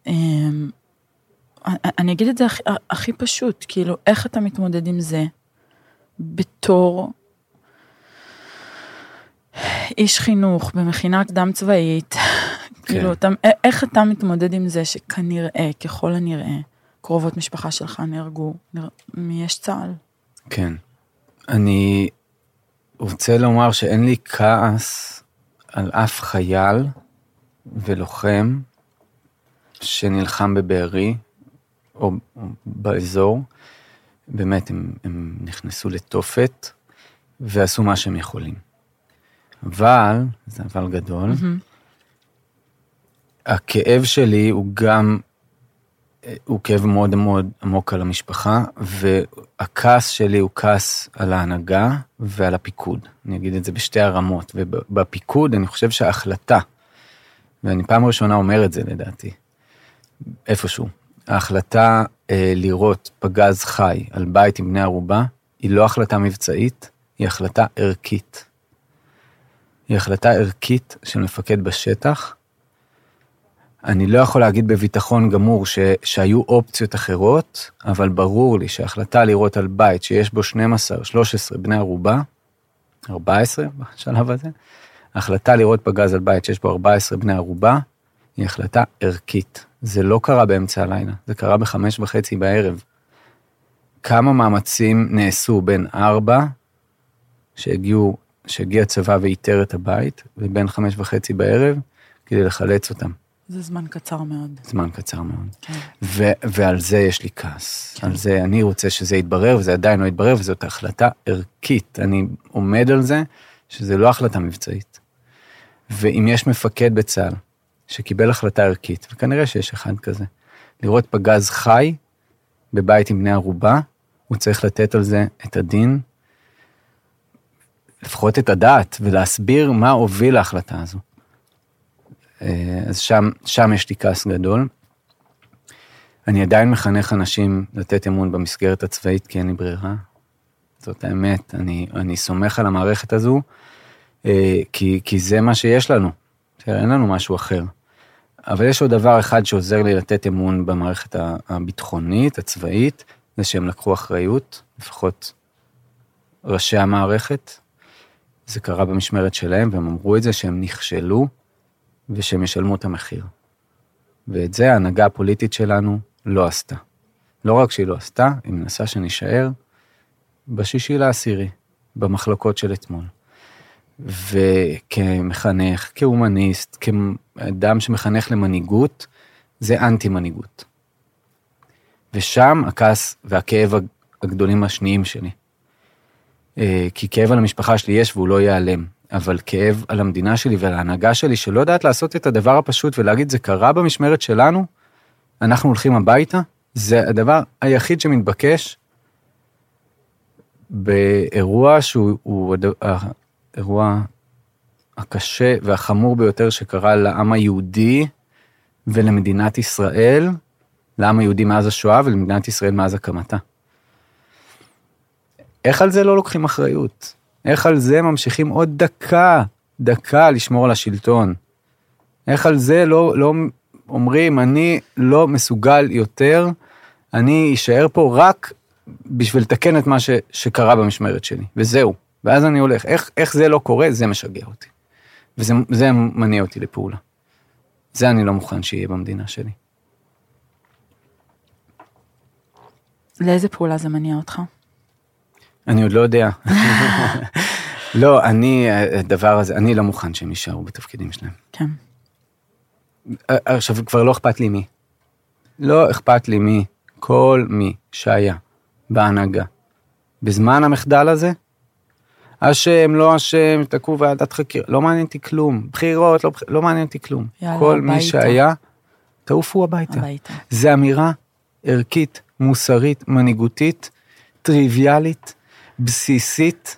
אני אגיד את זה הכי, הכי פשוט, כאילו, איך אתה מתמודד עם זה, בתור איש חינוך, במכינה קדם צבאית, כאילו, אתה, איך אתה מתמודד עם זה, שכנראה, ככל הנראה, קרובות משפחה שלך נהרגו, מיש צהל? כן, אני רוצה לומר שאין לי כעס על אף חייל ולוחם, שנלחם בבארי, או, או באזור, באמת הם, הם נכנסו לתופת, ועשו מה שהם יכולים. אבל, זה אבל גדול, mm-hmm. הכאב שלי הוא גם, הוא כאב מאוד מאוד עמוק על המשפחה, והכעס שלי הוא כעס על ההנהגה ועל הפיקוד. אני אגיד את זה בשתי הרמות, ובפיקוד אני חושב שההחלטה, ואני פעם ראשונה אומר את זה לדעתי, איפשהו. ההחלטה אה, לראות פגז חי על בית עם בני ערובה, היא לא החלטה מבצעית, היא החלטה ערכית. היא החלטה ערכית של מפקד בשטח. אני לא יכול להגיד בביטחון גמור ש, שהיו אופציות אחרות, אבל ברור לי שההחלטה לראות על בית שיש בו שנים עשר, שלוש עשרה בני ערובה, ארבע עשרה בשלב הזה, ההחלטה לראות פגז על בית שיש בו ארבע עשרה בני ערובה, היא החלטה ערכית. זה לא קרה באמצע הלילה, זה קרה בחמש וחצי בערב. כמה מאמצים נעשו בין ארבע, שהגיעו, שהגיע צבא ואיתר את הבית, ובין חמש וחצי בערב, כדי לחלץ אותם. זה זמן קצר מאוד. זמן קצר מאוד. כן. ו- ועל זה יש לי כעס. כן. על זה אני רוצה שזה יתברר, וזה עדיין לא יתברר, וזאת החלטה ערכית. אני עומד על זה, שזה לא החלטה מבצעית. ואם יש מפקד בצה"ל, שקיבל החלטה ערכית, וכנראה שיש אחד כזה, לראות פגז חי, בבית עם בני ערובה, הוא צריך לתת על זה את הדין, לפחות את הדעת, ולהסביר מה הוביל להחלטה הזו. אז שם, שם יש לי כעס גדול. אני עדיין מחנך אנשים לתת אמון במסגרת הצבאית, כי אין לי ברירה. זאת האמת, אני, אני סומך על המערכת הזו, כי, כי זה מה שיש לנו. אין לנו משהו אחר. אבל יש עוד דבר אחד שעוזר לי לתת אמון במערכת הביטחונית, הצבאית, זה שהם לקחו אחריות, לפחות ראשי המערכת. זה קרה במשמרת שלהם, והם אמרו את זה שהם נכשלו, ושהם ישלמו את המחיר. ואת זה ההנהגה הפוליטית שלנו לא עשתה. לא רק שהיא לא עשתה, היא מנסה שנשאר בשישי לעשירי, במחלוקות של אתמול. וכמחנך, כהומניסט, כאדם שמחנך למנהיגות, זה אנטי-מנהיגות. ושם הכעס והכאב הגדולים השניים שלי. כי כאב על המשפחה שלי יש והוא לא ייעלם. אבל כאב על המדינה שלי ועל ההנהגה שלי, שלא יודעת לעשות את הדבר הפשוט ולהגיד, זה קרה במשמרת שלנו, אנחנו הולכים הביתה, זה הדבר היחיד שמתבקש, באירוע שהוא האירוע הקשה והחמור ביותר שקרה לעם היהודי ולמדינת ישראל, לעם היהודי מאז השואה ולמדינת ישראל מאז הקמתה. איך על זה לא לוקחים אחריות? איך על זה ממשיכים עוד דקה, דקה לשמור על השלטון? איך על זה לא, לא אומרים, אני לא מסוגל יותר, אני אשאר פה רק בשביל לתקן את מה ש, שקרה במשמרת שלי, וזהו. ואז אני הולך, איך, איך זה לא קורה? זה משגע אותי. וזה זה מניע אותי לפעולה. זה אני לא מוכן שיהיה במדינה שלי. לאיזה פעולה זה מניע אותך? אני עוד לא יודע. לא, אני, הדבר הזה, אני לא מוכן שהם יישארו בתפקידים שלהם. כן. עכשיו, כבר לא אכפת לי מי. לא אכפת לי מי, כל מי שהיה בהנהגה. בזמן המחדל הזה, אשם, לא אשם, תקעו ועדת חקירה, לא מעניין אותי כלום. בחירות, לא, לא מעניין אותי כלום. יאללה, כל הביתה. מי שהיה, תעופו הביתה. הביתה. זה אמירה ערכית, מוסרית, מנהיגותית, טריוויאלית, בסיסית.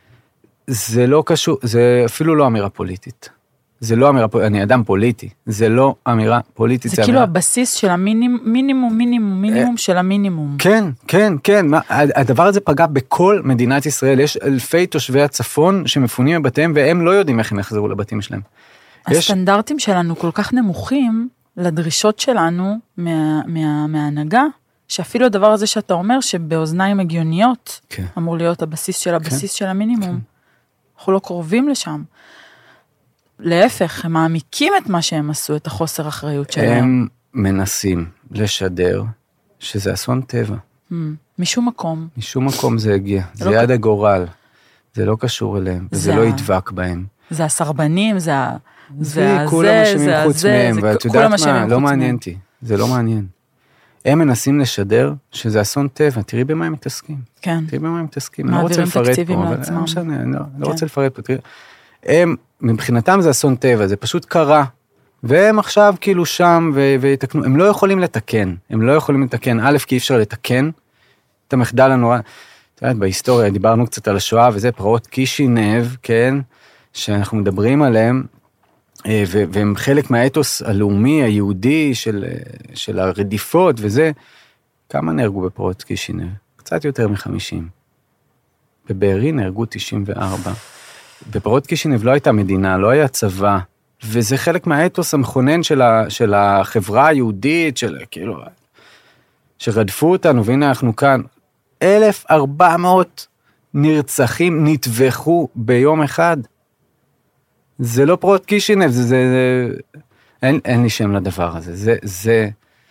זה לא קשור, זה אפילו לא אמירה פוליטית. זה לא אמירה פוליטית, אני אדם פוליטי, זה לא אמירה פוליטית. זה, זה כאילו אמירה... הבסיס של המינימום, מינימום, מינימום, מינימום של המינימום. כן, כן, כן. מה, הדבר הזה פגע בכל מדינת ישראל. יש אלפי תושבי הצפון שמפונים מבתיהם, והם לא יודעים איך הם יחזרו לבתים שלהם. הסטנדרטים יש... שלנו כל כך נמוכים לדרישות שלנו מה, מה, מההנהגה, שאפילו הדבר הזה שאתה אומר, שבאוזניים הגיוניות, כן. אמור להיות הבסיס של הבסיס כן. של המינימום. כן. אנחנו לא קרובים לשם. להפך, הם מעמיקים את מה שהם עשו, את החוסר אחריות שלהם. הם מנסים לשדר שזה אסון טבע. Mm, משום מקום. משום מקום זה הגיע. זה, זה לא יד הגורל. זה לא קשור אליהם, וזה זה לא ידבק בהם. זה הסרבנים, זה ה... זה כולם אשמים חוץ מהם, ואת יודעת מה, לא מעניין אותי. זה לא מעניין. הם מנסים לשדר שזה אסון טבע, תראי במה הם מתעסקים. כן. תראי במה הם מתעסקים. אני לא רוצה לפרט פה, אבל לא משנה, אני לא רוצה לפרט פה. הם, מבחינתם זה אסון טבע, זה פשוט קרה, והם עכשיו כאילו שם ויתקנו, הם לא יכולים לתקן, הם לא יכולים לתקן, א', כי אי אפשר לתקן את המחדל הנורא, את יודעת, בהיסטוריה דיברנו קצת על השואה, וזה פרעות קישינב, כן, שאנחנו מדברים עליהם, והם חלק מהאתוס הלאומי, היהודי, של, של הרדיפות וזה, כמה נהרגו בפרעות קישינב? קצת יותר מחמישים. בבארי נהרגו תשעים וארבע. בפרעות קישינב לא הייתה מדינה, לא היה צבא, וזה חלק מהאתוס המכונן של, ה, של החברה היהודית, של כאילו, שרדפו אותנו, והנה אנחנו כאן. אלף ארבע מאות נרצחים נטבחו ביום אחד. זה לא פרוט קישינב, זה, זה, זה אין, אין לי שם לדבר הזה. זה, זה,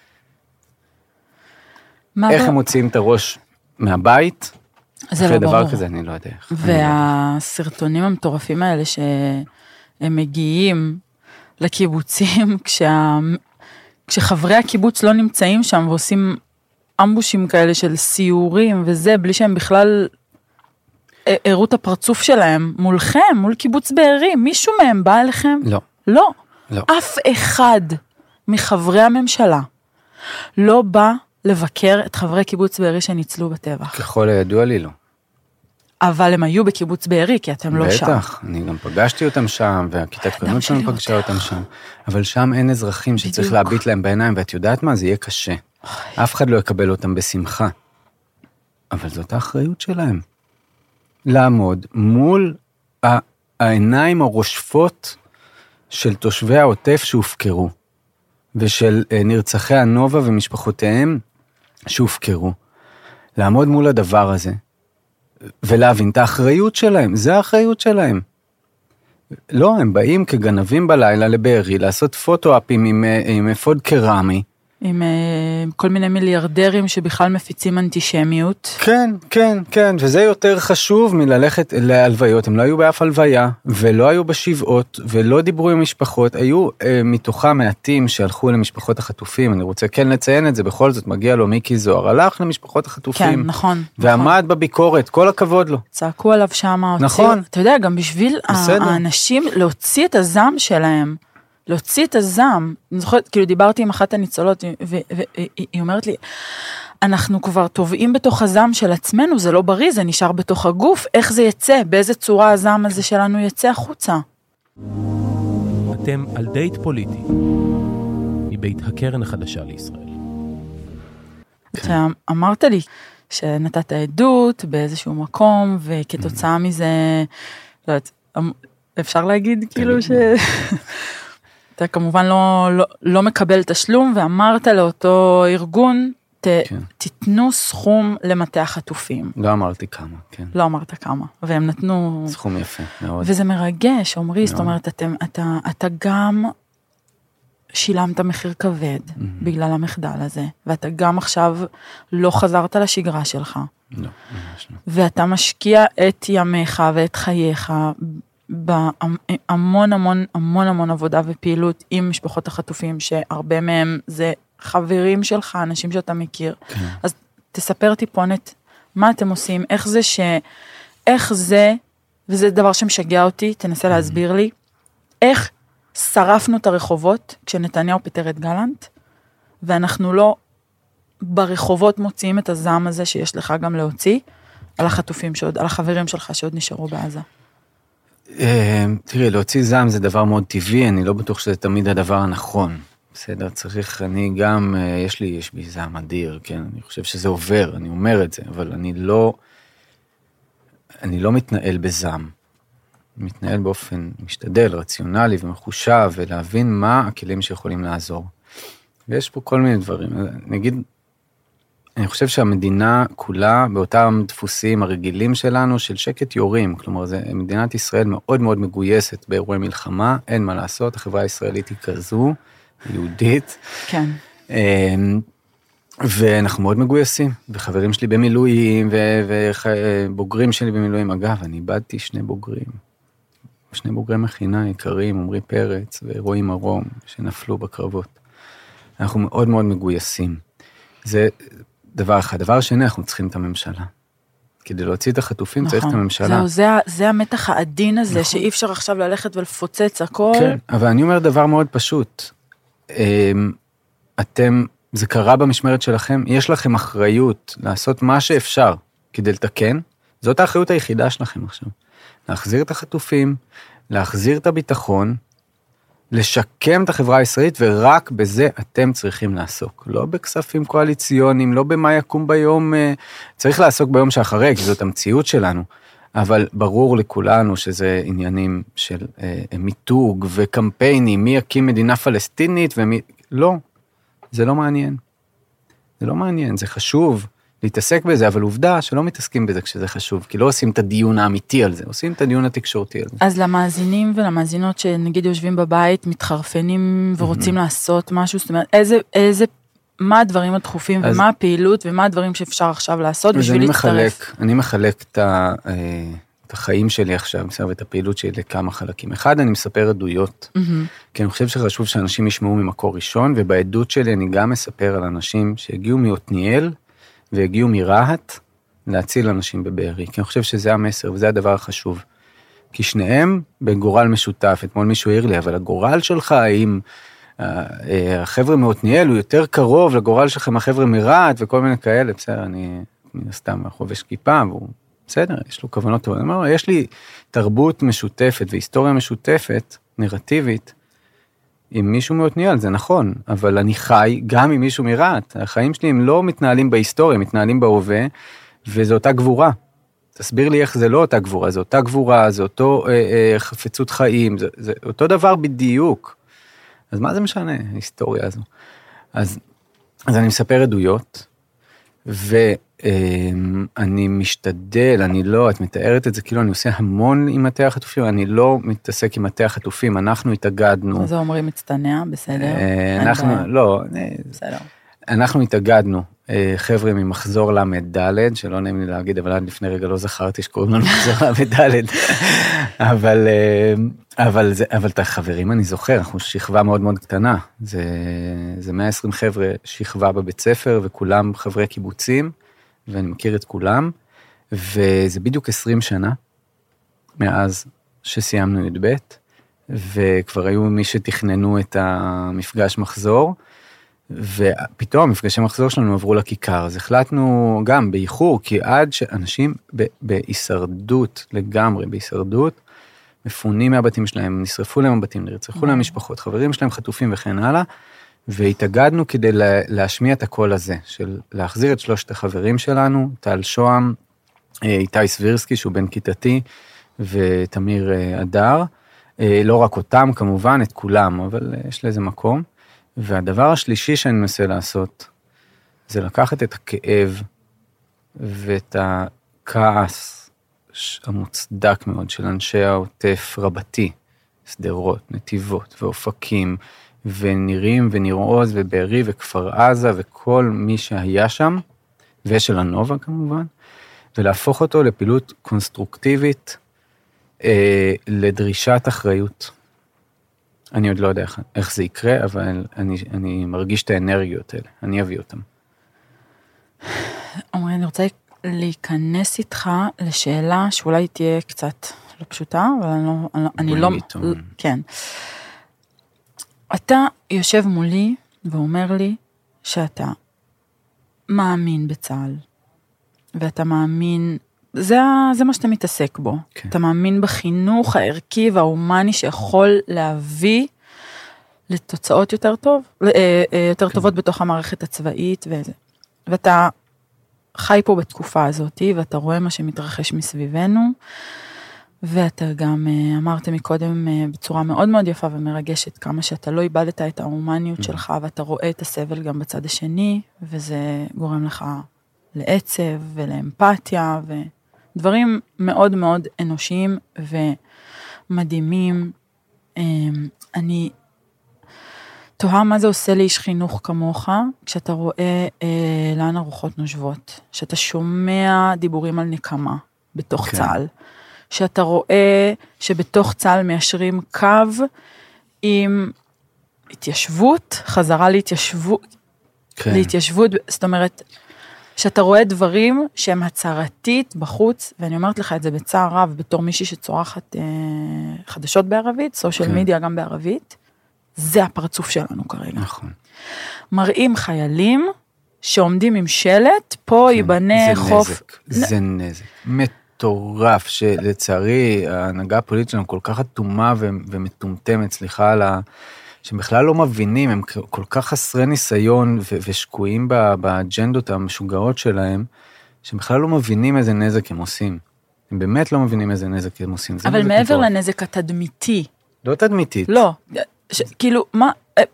איך ב... הם מוציאים את הראש מהבית, אחרי לא דבר ברור. כזה, אני לא יודע. והסרטונים המטורפים האלה שהם מגיעים לקיבוצים, כשה... כשחברי הקיבוץ לא נמצאים שם ועושים אמבושים כאלה של סיורים וזה, בלי שהם בכלל הראו את הפרצוף שלהם מולכם, מול קיבוץ בארי, מישהו מהם בא אליכם? לא. לא. לא. אף אחד מחברי הממשלה לא בא לבקר את חברי קיבוץ בארי שניצלו בטבח. ככל הידוע לי לא. אבל הם היו בקיבוץ בארי, כי אתם לא שם. בטח, אני גם פגשתי אותם שם, והכיתת כוננות שלנו פגשה אותם שם. אבל שם אין אזרחים שצריך להביט להם בעיניים, ואת יודעת מה? זה יהיה קשה. אף אחד לא יקבל אותם בשמחה. אבל זאת האחריות שלהם. לעמוד מול העיניים הרושפות של תושבי העוטף שהופקרו, ושל נרצחי הנובה ומשפחותיהם שהופקרו. לעמוד מול הדבר הזה, ולהבין את האחריות שלהם, זה האחריות שלהם. לא, הם באים כגנבים בלילה לבארי, לעשות פוטו-אפים עם, עם אפוד קרמי. עם uh, כל מיני מיליארדרים שבכלל מפיצים אנטישמיות. כן, כן, כן, וזה יותר חשוב מללכת להלוויות. הם לא היו באף הלוויה, ולא היו בשבעות, ולא דיברו עם משפחות. היו uh, מתוכם מעטים שהלכו למשפחות החטופים. אני רוצה כן לציין את זה, בכל זאת מגיע לו מיקי זוהר. הלך למשפחות החטופים. כן, נכון. ועמד נכון. בביקורת, כל הכבוד לו. צעקו עליו שמה. נכון. אתה יודע, גם בשביל האנשים להוציא את הזעם שלהם, להוציא את הזעם, אני זוכרת, כאילו דיברתי עם אחת הניצולות, והיא אומרת לי, אנחנו כבר טובעים בתוך הזעם של עצמנו, זה לא בריא, זה נשאר בתוך הגוף, איך זה יצא, באיזה צורה הזעם הזה שלנו יצא החוצה. אתם על דייט פוליטי, מבית הקרן החדשה לישראל. אתה אמרת לי, שנתת עדות באיזשהו מקום, וכתוצאה מזה, לא יודעת, אפשר להגיד כאילו ש... אתה כמובן לא, לא, לא מקבל תשלום, ואמרת לאותו ארגון, ת, כן. תתנו סכום למטה החטופים. לא אמרתי כמה, כן. לא אמרת כמה, והם נתנו... סכום יפה, מאוד. וזה מרגש, אומרי, זאת אומרת, אתם, אתה, אתה גם שילמת מחיר כבד, mm-hmm. בגלל המחדל הזה, ואתה גם עכשיו לא חזרת לשגרה שלך. לא, ממש לא. ואתה משקיע את ימיך ואת חייך, בהמון המון המון המון עבודה ופעילות עם משפחות החטופים, שהרבה מהם זה חברים שלך, אנשים שאתה מכיר. כן. אז תספר טיפונת, מה אתם עושים, איך זה ש... איך זה, וזה דבר שמשגע אותי, תנסה להסביר לי, איך שרפנו את הרחובות, כשנתניהו פיטר את גלנט, ואנחנו לא ברחובות מוציאים את הזעם הזה, שיש לך גם להוציא, על החטופים שעוד, על החברים שלך שעוד נשארו בעזה. תראי, להוציא זעם זה דבר מאוד טבעי, אני לא בטוח שזה תמיד הדבר הנכון. בסדר, צריך, אני גם, יש לי, יש בי זעם אדיר, כן, אני חושב שזה עובר, אני אומר את זה, אבל אני לא, אני לא מתנהל בזעם. מתנהל באופן משתדל, רציונלי ומחושב, ולהבין מה הכלים שיכולים לעזור. ויש פה כל מיני דברים. נגיד, אני חושב שהמדינה כולה, באותם דפוסים הרגילים שלנו, של שקט יורים, כלומר, זה, מדינת ישראל מאוד מאוד מגויסת באירועי מלחמה, אין מה לעשות, החברה הישראלית היא כזו, יהודית. כן. ואנחנו מאוד מגויסים, וחברים שלי במילואים, ובוגרים שלי במילואים. אגב, אני איבדתי שני בוגרים, שני בוגרי מכינה יקרים, עמרי פרץ ורועי מרום, שנפלו בקרבות. אנחנו מאוד מאוד מגויסים. זה דבר אחד. דבר שני, אנחנו צריכים את הממשלה. כדי להוציא את החטופים, צריך את הממשלה. זהו, זה, זה המתח העדין הזה, שאי אפשר עכשיו ללכת ולפוצץ הכל. כן, אבל אני אומר דבר מאוד פשוט. אתם, זה קרה במשמרת שלכם, יש לכם אחריות לעשות מה שאפשר כדי לתקן, זאת האחריות היחידה שלכם עכשיו. להחזיר את החטופים, להחזיר את הביטחון, לשקם את החברה הישראלית, ורק בזה אתם צריכים לעסוק. לא בכספים קואליציוניים, לא במה יקום ביום, צריך לעסוק ביום שאחרי, כי זאת המציאות שלנו, אבל ברור לכולנו שזה עניינים של אה, מיתוג וקמפיינים, מי יקים מדינה פלסטינית ומי... לא, זה לא מעניין. זה לא מעניין, זה חשוב להתעסק בזה, אבל עובדה שלא מתעסקים בזה כשזה חשוב, כי לא עושים את הדיון האמיתי על זה, עושים את הדיון התקשורתי על זה. אז למאזינים ולמאזינות שנגיד יושבים בבית, מתחרפנים ורוצים לעשות משהו, זאת אומרת, איזה, איזה, מה הדברים הדחופים ומה הפעילות ומה הדברים שאפשר עכשיו לעשות בשביל להצטרף? אני מחלק את ה... את החיים שלי עכשיו, ואת הפעילות שלי לכמה חלקים. אחד, אני מספר עדויות, mm-hmm. כי אני חושב שחשוב שאנשים ישמעו ממקור ראשון, ובעדות שלי אני גם מספר על אנשים שהגיעו מעתניאל, והגיעו מרהט, להציל אנשים בבארי, כי אני חושב שזה המסר, וזה הדבר החשוב. כי שניהם בגורל משותף, אתמול מישהו העיר לי, אבל הגורל שלך עם החבר'ה מעתניאל, הוא יותר קרוב לגורל שלכם, החבר'ה מרהט, וכל מיני כאלה, בסדר, אני מן הסתם חובש כיפה, והוא בסדר, יש לו כוונות טובות. אני אומר, יש לי תרבות משותפת והיסטוריה משותפת, נרטיבית, עם מישהו מעתניאל, זה נכון, אבל אני חי גם עם מישהו מרהט. החיים שלי הם לא מתנהלים בהיסטוריה, מתנהלים בהווה, וזו אותה גבורה. תסביר לי איך זה לא אותה גבורה, זה אותה גבורה, זה אותו אה, אה, חפצות חיים, זה, זה אותו דבר בדיוק. אז מה זה משנה, ההיסטוריה הזו? אז, אז אני מספר עדויות, ו... אני משתדל, אני לא, את מתארת את זה, כאילו אני עושה המון עם מטה החטופים, אני לא מתעסק עם מטה החטופים, אנחנו התאגדנו. אז אומרים מצטנע, בסדר? אנחנו, לא, בסדר. אנחנו התאגדנו, חבר'ה ממחזור למד ד', שלא נעים לי להגיד, אבל עד לפני רגע לא זכרתי שקוראים לנו מחזור למד ד', אבל, אבל זה, אבל את החברים אני זוכר, אנחנו שכבה מאוד מאוד קטנה, זה, זה מאה ועשרים חבר'ה שכבה בבית ספר, וכולם חברי קיבוצים, ואני מכיר את כולם, וזה בדיוק עשרים שנה, מאז שסיימנו י"ב, וכבר היו מי שתכננו את המפגש מחזור, ופתאום המפגשי מחזור שלנו עברו לכיכר, אז החלטנו גם באיחור, כי עד שאנשים בהישרדות לגמרי, בהישרדות, מפונים מהבתים שלהם, נשרפו להם הבתים, נרצחו להם משפחות, חברים שלהם חטופים וכן הלאה, והתאגדנו כדי להשמיע את הקול הזה, של להחזיר את שלושת החברים שלנו, טל שוהם, איתי סבירסקי, שהוא בן כיתתי, ותמיר אדר, לא רק אותם כמובן, את כולם, אבל יש לזה מקום. והדבר השלישי שאני מנסה לעשות, זה לקחת את הכאב, ואת הכעס המוצדק מאוד, של אנשי העוטף רבתי, סדרות, נתיבות ואופקים, ונירים וניר-עוז ובארי וכפר עזה וכל מי שהיה שם, ושל הנובה כמובן, ולהפוך אותו לפעילות קונסטרוקטיבית, אה, לדרישת אחריות. אני עוד לא יודע איך, איך זה יקרה, אבל אני, אני מרגיש את האנרגיות האלה, אני אביא אותם. עומרי, אני רוצה להיכנס איתך לשאלה שאולי תהיה קצת לא פשוטה, אבל אני לא, אני לא, לא כן. אתה יושב מולי ואומר לי שאתה מאמין בצה"ל, ואתה מאמין, זה, זה מה שאתה מתעסק בו. כן. אתה מאמין בחינוך הערכי וההומני שיכול להביא לתוצאות יותר טוב, יותר כן. טובות בתוך המערכת הצבאית וזה. ואתה חי פה בתקופה הזאת, ואתה רואה מה שמתרחש מסביבנו, ואתה גם אמרת מקודם בצורה מאוד מאוד יפה ומרגשת, כמה שאתה לא איבדת את ההומניות שלך, ואתה רואה את הסבל גם בצד השני, וזה גורם לך לעצב ולאמפתיה, ודברים מאוד מאוד אנושיים ומדהימים. אני תוהה מה זה עושה לאיש חינוך כמוך, כשאתה רואה לאן הרוחות נושבות, שאתה שומע דיבורים על נקמה בתוך כן. צה"ל, שאתה רואה שבתוך צה"ל מיישרים קו עם התיישבות, חזרה להתיישבות, כן. להתיישבות, זאת אומרת, שאתה רואה דברים שהם הצהרתית בחוץ, ואני אומרת לך את זה בצער רב, בתור מישהי שצורחת אה, חדשות בערבית, סושיאל כן. מידיה גם בערבית, זה הפרצוף שלנו כרגע. נכון. מראים חיילים שעומדים עם שלט, פה כן. ייבנה זה חוף. נזק, נ... זה נזק. מטורף, שלצערי ההנהגה הפוליטית שלנו כל כך אטומה ו... ומטומטמת, סליחה על ה... שבכלל לא מבינים, הם כל כך חסרי ניסיון ו... ושקועים באג'נדות המשוגעות שלהם, שבכלל לא מבינים איזה נזק הם עושים. הם באמת לא מבינים איזה נזק הם עושים. אבל מעבר לנזק התדמיתי. לא תדמיתית. לא, כאילו, מה...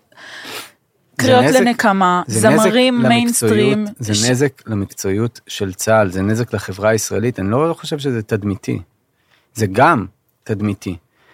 קריאות לנקמה, זמרים מיינסטרים. זה נזק למקצועיות של צה"ל, זה נזק לחברה הישראלית, אני לא חושב שזה תדמיתי. זה גם תדמיתי.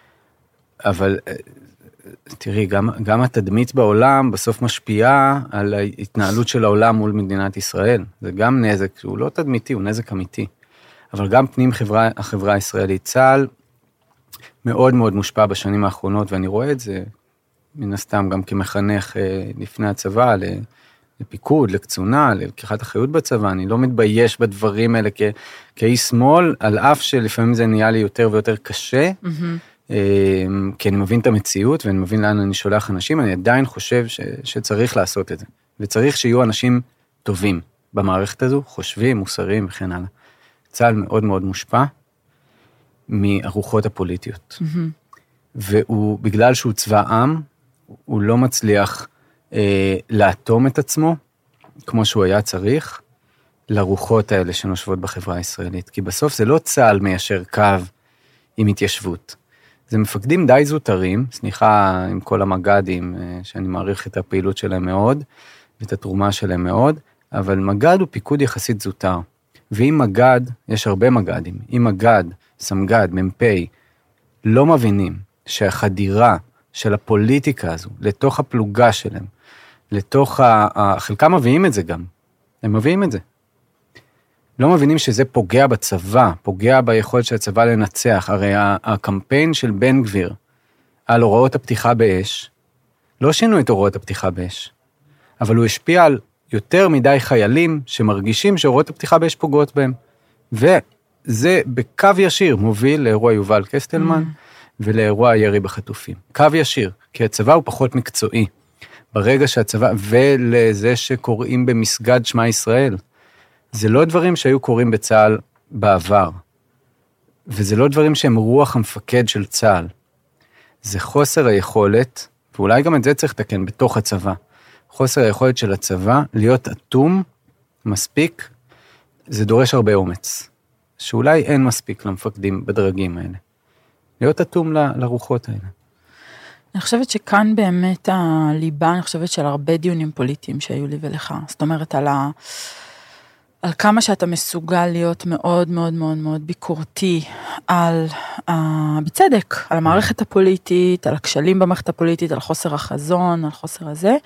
אבל תראי, גם, גם התדמית בעולם בסוף משפיעה על ההתנהלות של העולם מול מדינת ישראל. זה גם נזק, הוא לא תדמיתי, הוא נזק אמיתי. אבל גם פנים חברה, החברה הישראלית. צה"ל מאוד מאוד מושפע בשנים האחרונות, ואני רואה את זה מן הסתם גם כמחנך לפני הצבא, לפיקוד, לקצונה, ללקיחת אחריות בצבא. אני לא מתבייש בדברים האלה כ, כאי שמאל, על אף שלפעמים זה נהיה לי יותר ויותר קשה, mm-hmm. כי אני מבין את המציאות, ואני מבין לאן אני שולח אנשים, אני עדיין חושב ש, שצריך לעשות את זה. וצריך שיהיו אנשים טובים במערכת הזו, חושבים, מוסריים וכן הלאה. צה"ל מאוד מאוד מושפע מהרוחות הפוליטיות. Mm-hmm. והוא, בגלל שהוא צבא עם, הוא לא מצליח אה, לאטום את עצמו, כמו שהוא היה צריך, לרוחות האלה שנושבות בחברה הישראלית. כי בסוף זה לא צה"ל מיישר קו עם התיישבות. זה מפקדים די זוטרים, סליחה עם כל המג"דים, אה, שאני מעריך את הפעילות שלהם מאוד, ואת התרומה שלהם מאוד, אבל מג"ד הוא פיקוד יחסית זוטר. ואם מג"ד, יש הרבה מג"דים, אם מג"ד, סמג"ד, מ"פ, לא מבינים שהחדירה של הפוליטיקה הזו, לתוך הפלוגה שלהם, לתוך ה... חלקם מביאים את זה גם, הם מביאים את זה. לא מבינים שזה פוגע בצבא, פוגע ביכולת של הצבא לנצח, הרי הקמפיין של בן גביר, על הוראות הפתיחה באש, לא שינו את הוראות הפתיחה באש, אבל הוא השפיע על יותר מדי חיילים שמרגישים שהוראות הפתיחה באש פוגעות בהם, וזה בקו ישיר מוביל לאירוע יובל קסטלמן, mm. ולאירוע הירי בחטופים. קו ישיר, כי הצבא הוא פחות מקצועי. ברגע שהצבא, ולזה שקוראים במסגד שמע ישראל, זה לא דברים שהיו קוראים בצה"ל בעבר, וזה לא דברים שהם רוח המפקד של צה"ל. זה חוסר היכולת, ואולי גם את זה צריך לתקן בתוך הצבא, חוסר היכולת של הצבא להיות אטום מספיק, זה דורש הרבה אומץ, שאולי אין מספיק למפקדים בדרגים האלה. להיות אטום ל, לרוחות האלה. אני חושבת שכאן באמת הליבה, אני חושבת של הרבה דיונים פוליטיים שהיו לי ולך. זאת אומרת, על, ה, על כמה שאתה מסוגל להיות מאוד מאוד מאוד מאוד ביקורתי, על, uh, בצדק, על המערכת הפוליטית, על הכשלים במערכת הפוליטית, על חוסר החזון, על חוסר הזה,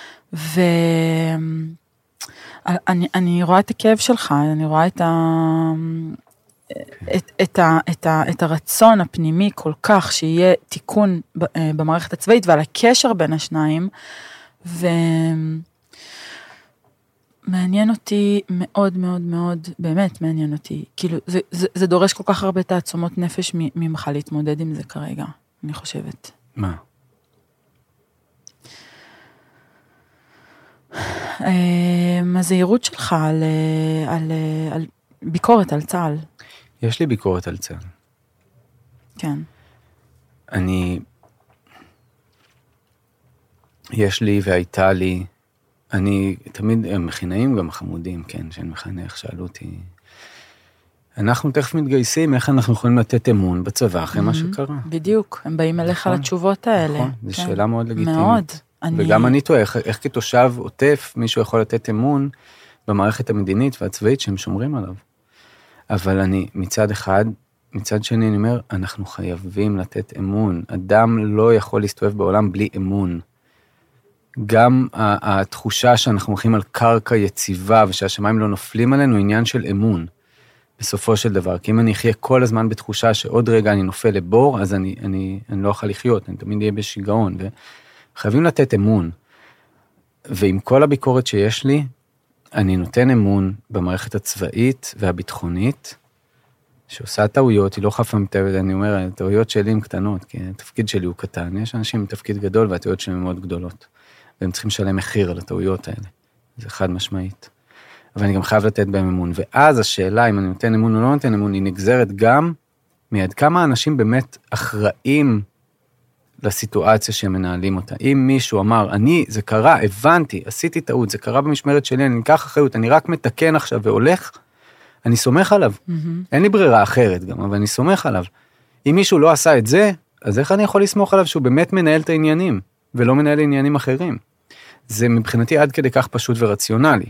ואני אני רואה את הכאב שלך, אני רואה את ה... את, את, ה, את, ה, את הרצון הפנימי כל כך שיהיה תיקון במערכת הצבאית ועל הקשר בין השניים, ומעניין אותי מאוד מאוד מאוד, באמת מעניין אותי, כאילו זה, זה, זה דורש כל כך הרבה תעצומות נפש ממך להתמודד עם זה כרגע, אני חושבת. מה? הזהירות שלך על, על, על ביקורת על צה"ל. יש לי ביקורת על צה"ל. כן. אני, יש לי והייתה לי, אני תמיד, הם מכינאים גם חמודים, כן, שאני מחנך, שאלו אותי, אנחנו תכף מתגייסים, איך אנחנו יכולים לתת אמון בצבא אחרי מה שקרה? בדיוק, הם באים אליך לתשובות האלה. נכון, זו שאלה מאוד לגיטימית. מאוד. וגם אני טועה, איך כתושב עוטף מישהו יכול לתת אמון במערכת המדינית והצבאית שהם שומרים עליו. אבל אני מצד אחד, מצד שני אני אומר, אנחנו חייבים לתת אמון. אדם לא יכול להסתובב בעולם בלי אמון. גם התחושה שאנחנו הולכים על קרקע יציבה, ושהשמיים לא נופלים עלינו, עניין של אמון. בסופו של דבר, כי אם אני אחיה כל הזמן בתחושה שעוד רגע אני נופל לבור, אז אני, אני, אני לא אוכל לחיות, אני תמיד אהיה בשיגעון, וחייבים לתת אמון. ועם כל הביקורת שיש לי, אני נותן אמון במערכת הצבאית והביטחונית, שעושה טעויות, היא לא חפה מטעויות, אני אומר, הטעויות שלי הן קטנות, כי התפקיד שלי הוא קטן, יש אנשים עם תפקיד גדול, והטעויות שלהם הן מאוד גדולות, והם צריכים לשלם מחיר על הטעויות האלה, זה חד משמעית. אבל אני גם חייב לתת בהם אמון, ואז השאלה אם אני נותן אמון או לא נותן אמון, היא נגזרת גם מיד כמה אנשים באמת אחראים לסיטואציה שהם מנהלים אותה. אם מישהו אמר, אני, זה קרה, הבנתי, עשיתי טעות, זה קרה במשמרת שלי, אני אקח אחריות, אני רק מתקן עכשיו והולך, אני סומך עליו. Mm-hmm. אין לי ברירה אחרת גם, אבל אני סומך עליו. אם מישהו לא עשה את זה, אז איך אני יכול לסמוך עליו שהוא באמת מנהל את העניינים, ולא מנהל עניינים אחרים? זה מבחינתי עד כדי כך פשוט ורציונלי.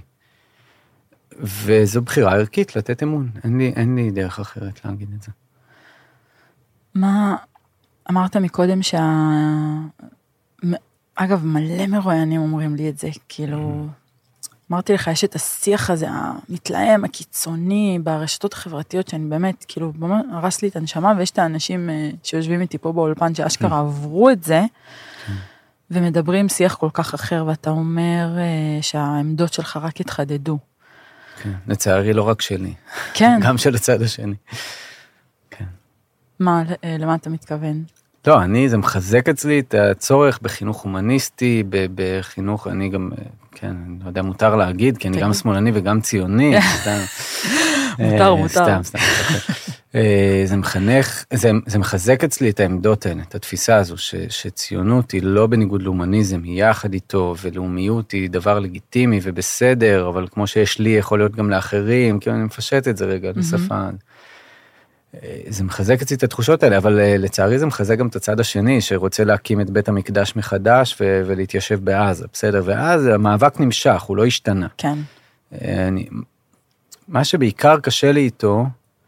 וזו בחירה ערכית לתת אמון. אין לי, אין לי דרך אחרת להגיד את זה. מה, אמרת מקודם שה... אגב, מלא מרואיינים אומרים לי את זה, כאילו, אמרתי לך, יש את השיח הזה, המתלהם, הקיצוני, ברשתות החברתיות, שאני באמת, כאילו, הרס לי את הנשמה, ויש את האנשים שיושבים איתי פה באולפן, שאשכרה עברו את זה, ומדברים שיח כל כך אחר, ואתה אומר שהעמדות שלך רק התחדדו. כן, לצערי לא רק שלי. כן. גם של הצד השני. כן. מה, למה אתה מתכוון? לא, אני, זה מחזק אצלי את הצורך בחינוך הומניסטי, בחינוך, אני גם, כן, אני לא יודע, מותר להגיד, כי אני גם שמאלני וגם ציוני. מותר, מותר. סתם, סתם. זה מחנך, זה מחזק אצלי את העמדות האלה, את התפיסה הזו, שציונות היא לא בניגוד להומניזם, היא יחד איתו, ולאומיות היא דבר לגיטימי ובסדר, אבל כמו שיש לי, יכול להיות גם לאחרים, כי אני מפשט את זה רגע לשפה. זה מחזק אצלי את התחושות האלה, אבל לצערי זה מחזק גם את הצד השני, שרוצה להקים את בית המקדש מחדש, ו- ולהתיישב בעזה, בסדר? ואז המאבק נמשך, הוא לא השתנה. כן. אני, מה שבעיקר קשה לי איתו,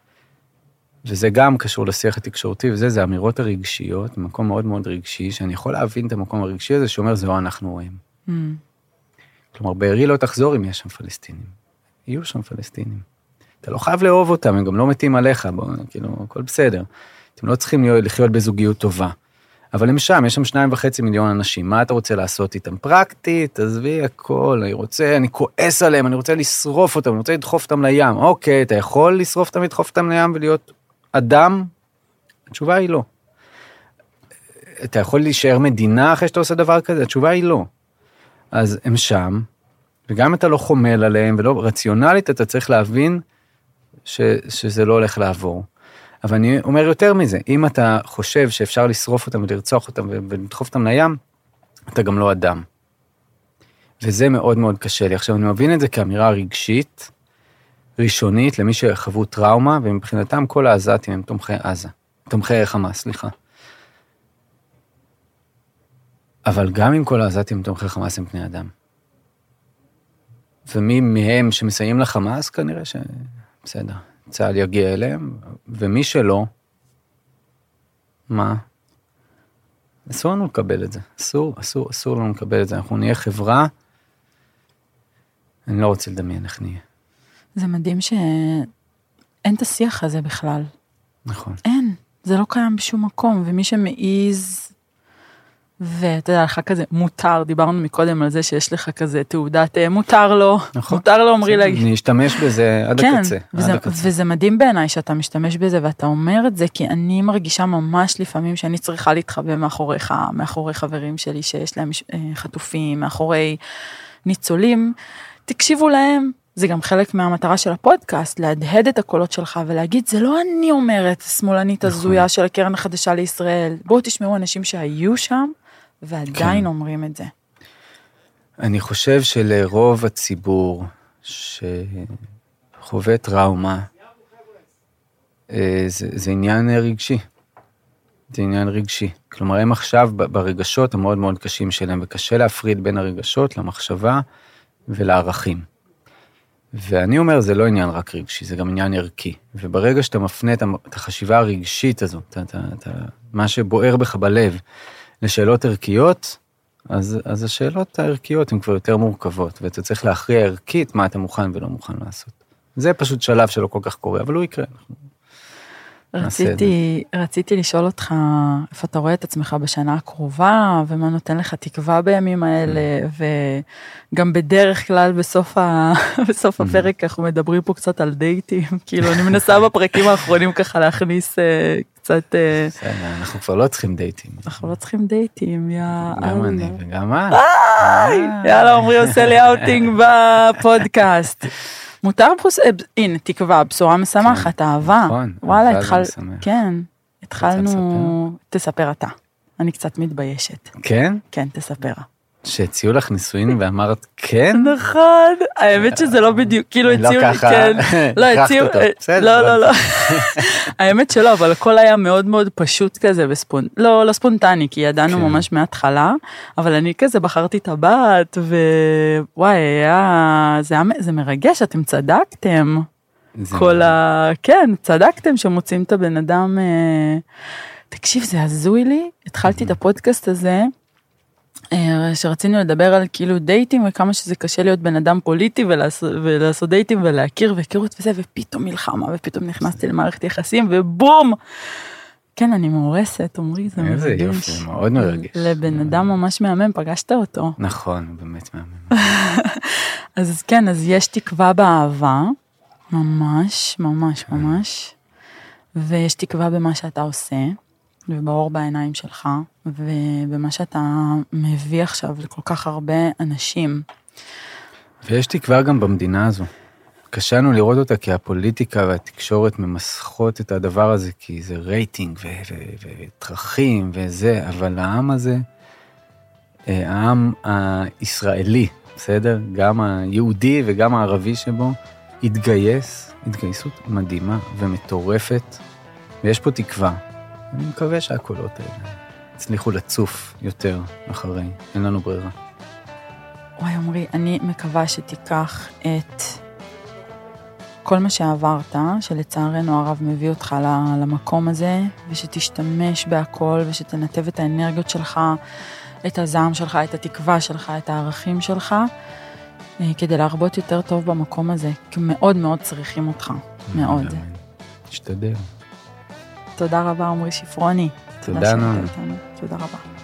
וזה גם קשור לשיח התקשורתי, וזה, זה אמירות הרגשיות, מקום מאוד מאוד רגשי, שאני יכול להבין את המקום הרגשי הזה, שאומר, זהו אנחנו רואים. Mm. כלומר, בערי לא תחזור אם יש שם פלסטינים. יהיו שם פלסטינים. אתה לא חייב לאהוב אותם, הם גם לא מתים עליך, בוא, כאילו, הכל בסדר. אתם לא צריכים לחיות בזוגיות טובה. אבל הם שם, יש שם שניים וחצי מיליון אנשים, מה אתה רוצה לעשות איתם? פרקטית, תעזבי הכל, אני רוצה, אני כועס עליהם, אני רוצה לשרוף אותם, אני רוצה לדחוף אותם לים. אוקיי, אתה יכול לשרוף אותם, לדחוף אותם לים ולהיות אדם? התשובה היא לא. אתה יכול להישאר מדינה אחרי שאתה עושה דבר כזה? התשובה היא לא. אז הם שם, וגם אתה לא חומל עליהם, ולא רציונלית, אתה צריך להבין ש, שזה לא הולך לעבור. אבל אני אומר יותר מזה, אם אתה חושב שאפשר לשרוף אותם ולרצוח אותם ולדחוף אותם לים, אתה גם לא אדם. וזה מאוד מאוד קשה לי. עכשיו אני מבין את זה כאמירה רגשית, ראשונית, למי שחוו טראומה, ומבחינתם כל העזתים הם תומכי עזה. תומכי חמאס, סליחה. אבל גם אם כל העזתים הם תומכי חמאס הם בני אדם. ומי מהם שמסייעים לחמאס, כנראה ש... בסדר, צה"ל יגיע אליהם, ומי שלא, מה? אסור לנו לקבל את זה. אסור, אסור, אסור לנו לקבל את זה. אנחנו נהיה חברה, אני לא רוצה לדמיין איך נהיה. זה מדהים שאין את השיח הזה בכלל. נכון. אין, זה לא קיים בשום מקום, ומי שמעיז, ואתה יודע, לך כזה מותר, דיברנו מקודם על זה שיש לך כזה תעודת מותר לו, נכון. מותר לו אומרי להגיד. אני אשתמש בזה עד כן, הקצה. וזה, עד הקצה. וזה מדהים בעיניי שאתה משתמש בזה, ואתה אומר את זה, כי אני מרגישה ממש לפעמים שאני צריכה להתחבא מאחוריך, מאחורי חברים שלי שיש להם חטופים, מאחורי ניצולים, תקשיבו להם, זה גם חלק מהמטרה של הפודקאסט, להדהד את הקולות שלך ולהגיד, זה לא אני אומרת, שמאלנית הזויה של הקרן החדשה לישראל, בואו תשמעו אנשים שהיו שם, ועדיין כן. אומרים את זה. אני חושב שלרוב הציבור שחווה טראומה, זה, זה עניין רגשי. זה עניין רגשי. כלומר, הם עכשיו ברגשות המאוד מאוד קשים שלהם, וקשה להפריד בין הרגשות למחשבה ולערכים. ואני אומר, זה לא עניין רק רגשי, זה גם עניין ערכי. וברגע שאתה מפנה את החשיבה הרגשית הזאת, את, את, את, מה שבוער בך בלב, לשאלות ערכיות, אז, אז השאלות הערכיות הן כבר יותר מורכבות, ואתה צריך להכריע ערכית מה אתה מוכן ולא מוכן לעשות. זה פשוט שלב שלא כל כך קורה, אבל הוא יקרה. רציתי, רציתי לשאול אותך, איפה אתה רואה את עצמך בשנה הקרובה, ומה נותן לך תקווה בימים האלה, וגם בדרך כלל בסוף, ה, בסוף הפרק אנחנו מדברים פה קצת על דייטים, כאילו אני מנסה בפרקים האחרונים ככה להכניס קצת... אנחנו כבר לא צריכים דייטים. אנחנו לא צריכים דייטים, יאללה. גם אני וגם את. יאללה, עומרי עושה לי אאוטינג בפודקאסט. מותר פרוס... הנה, תקווה, בשורה משמחת, אהבה. נכון. וואלה, התחל... כן, התחלנו... תספר אתה. אני קצת מתביישת. כן? כן, תספר. שהציעו לך נישואין ואמרת כן? נכון, האמת שזה לא בדיוק, כאילו הציעו, לא ככה, כן, לא הציעו, לא, לא, לא, האמת שלא, אבל הכל היה מאוד מאוד פשוט כזה, לא, לא ספונטני, כי ידענו ממש מההתחלה, אבל אני כזה בחרתי את הבת, ווואי, זה מרגש, אתם צדקתם, כל ה... כן, צדקתם שמוצאים את הבן אדם, תקשיב, זה הזוי לי, התחלתי את הפודקאסט הזה, שרצינו לדבר על כאילו דייטים, וכמה שזה קשה להיות בן אדם פוליטי, ולעשות, ולעשות דייטים, ולהכיר והכירות וזה, ופתאום מלחמה, ופתאום נכנסתי למערכת יחסים, ובום! כן, אני מאורסת, אומרי, זה מרגש. איזה יופי, מאוד מרגש. לבן אדם ממש מהמם, פגשת אותו. נכון, באמת מהמם. אז כן, אז יש תקווה באהבה, ממש, ממש, ממש, ויש תקווה במה שאתה עושה, ובאור בעיניים שלך, ובמה שאתה מביא עכשיו לכל כך הרבה אנשים. ויש תקווה גם במדינה הזו. קשנו לראות אותה כי הפוליטיקה והתקשורת ממסכות את הדבר הזה, כי זה רייטינג ותרכים וזה, אבל העם הזה, העם הישראלי, בסדר? גם היהודי וגם הערבי שבו, התגייס, התגייסות מדהימה ומטורפת, ויש פה תקווה. אני מקווה שהקולות האלה הצליחו לצוף יותר אחרי, אין לנו ברירה. וואי, עומרי, אני מקווה שתיקח את כל מה שעברת, שלצערנו הרב מביא אותך למקום הזה, ושתשתמש בהכל, ושתנתב את האנרגיות שלך, את הזעם שלך, את התקווה שלך, את הערכים שלך, כדי להרבות יותר טוב במקום הזה, כי מאוד מאוד צריכים אותך, מאוד. תשתדל. תודה רבה, עומרי שפרוני. תודה, נועם. תודה רבה.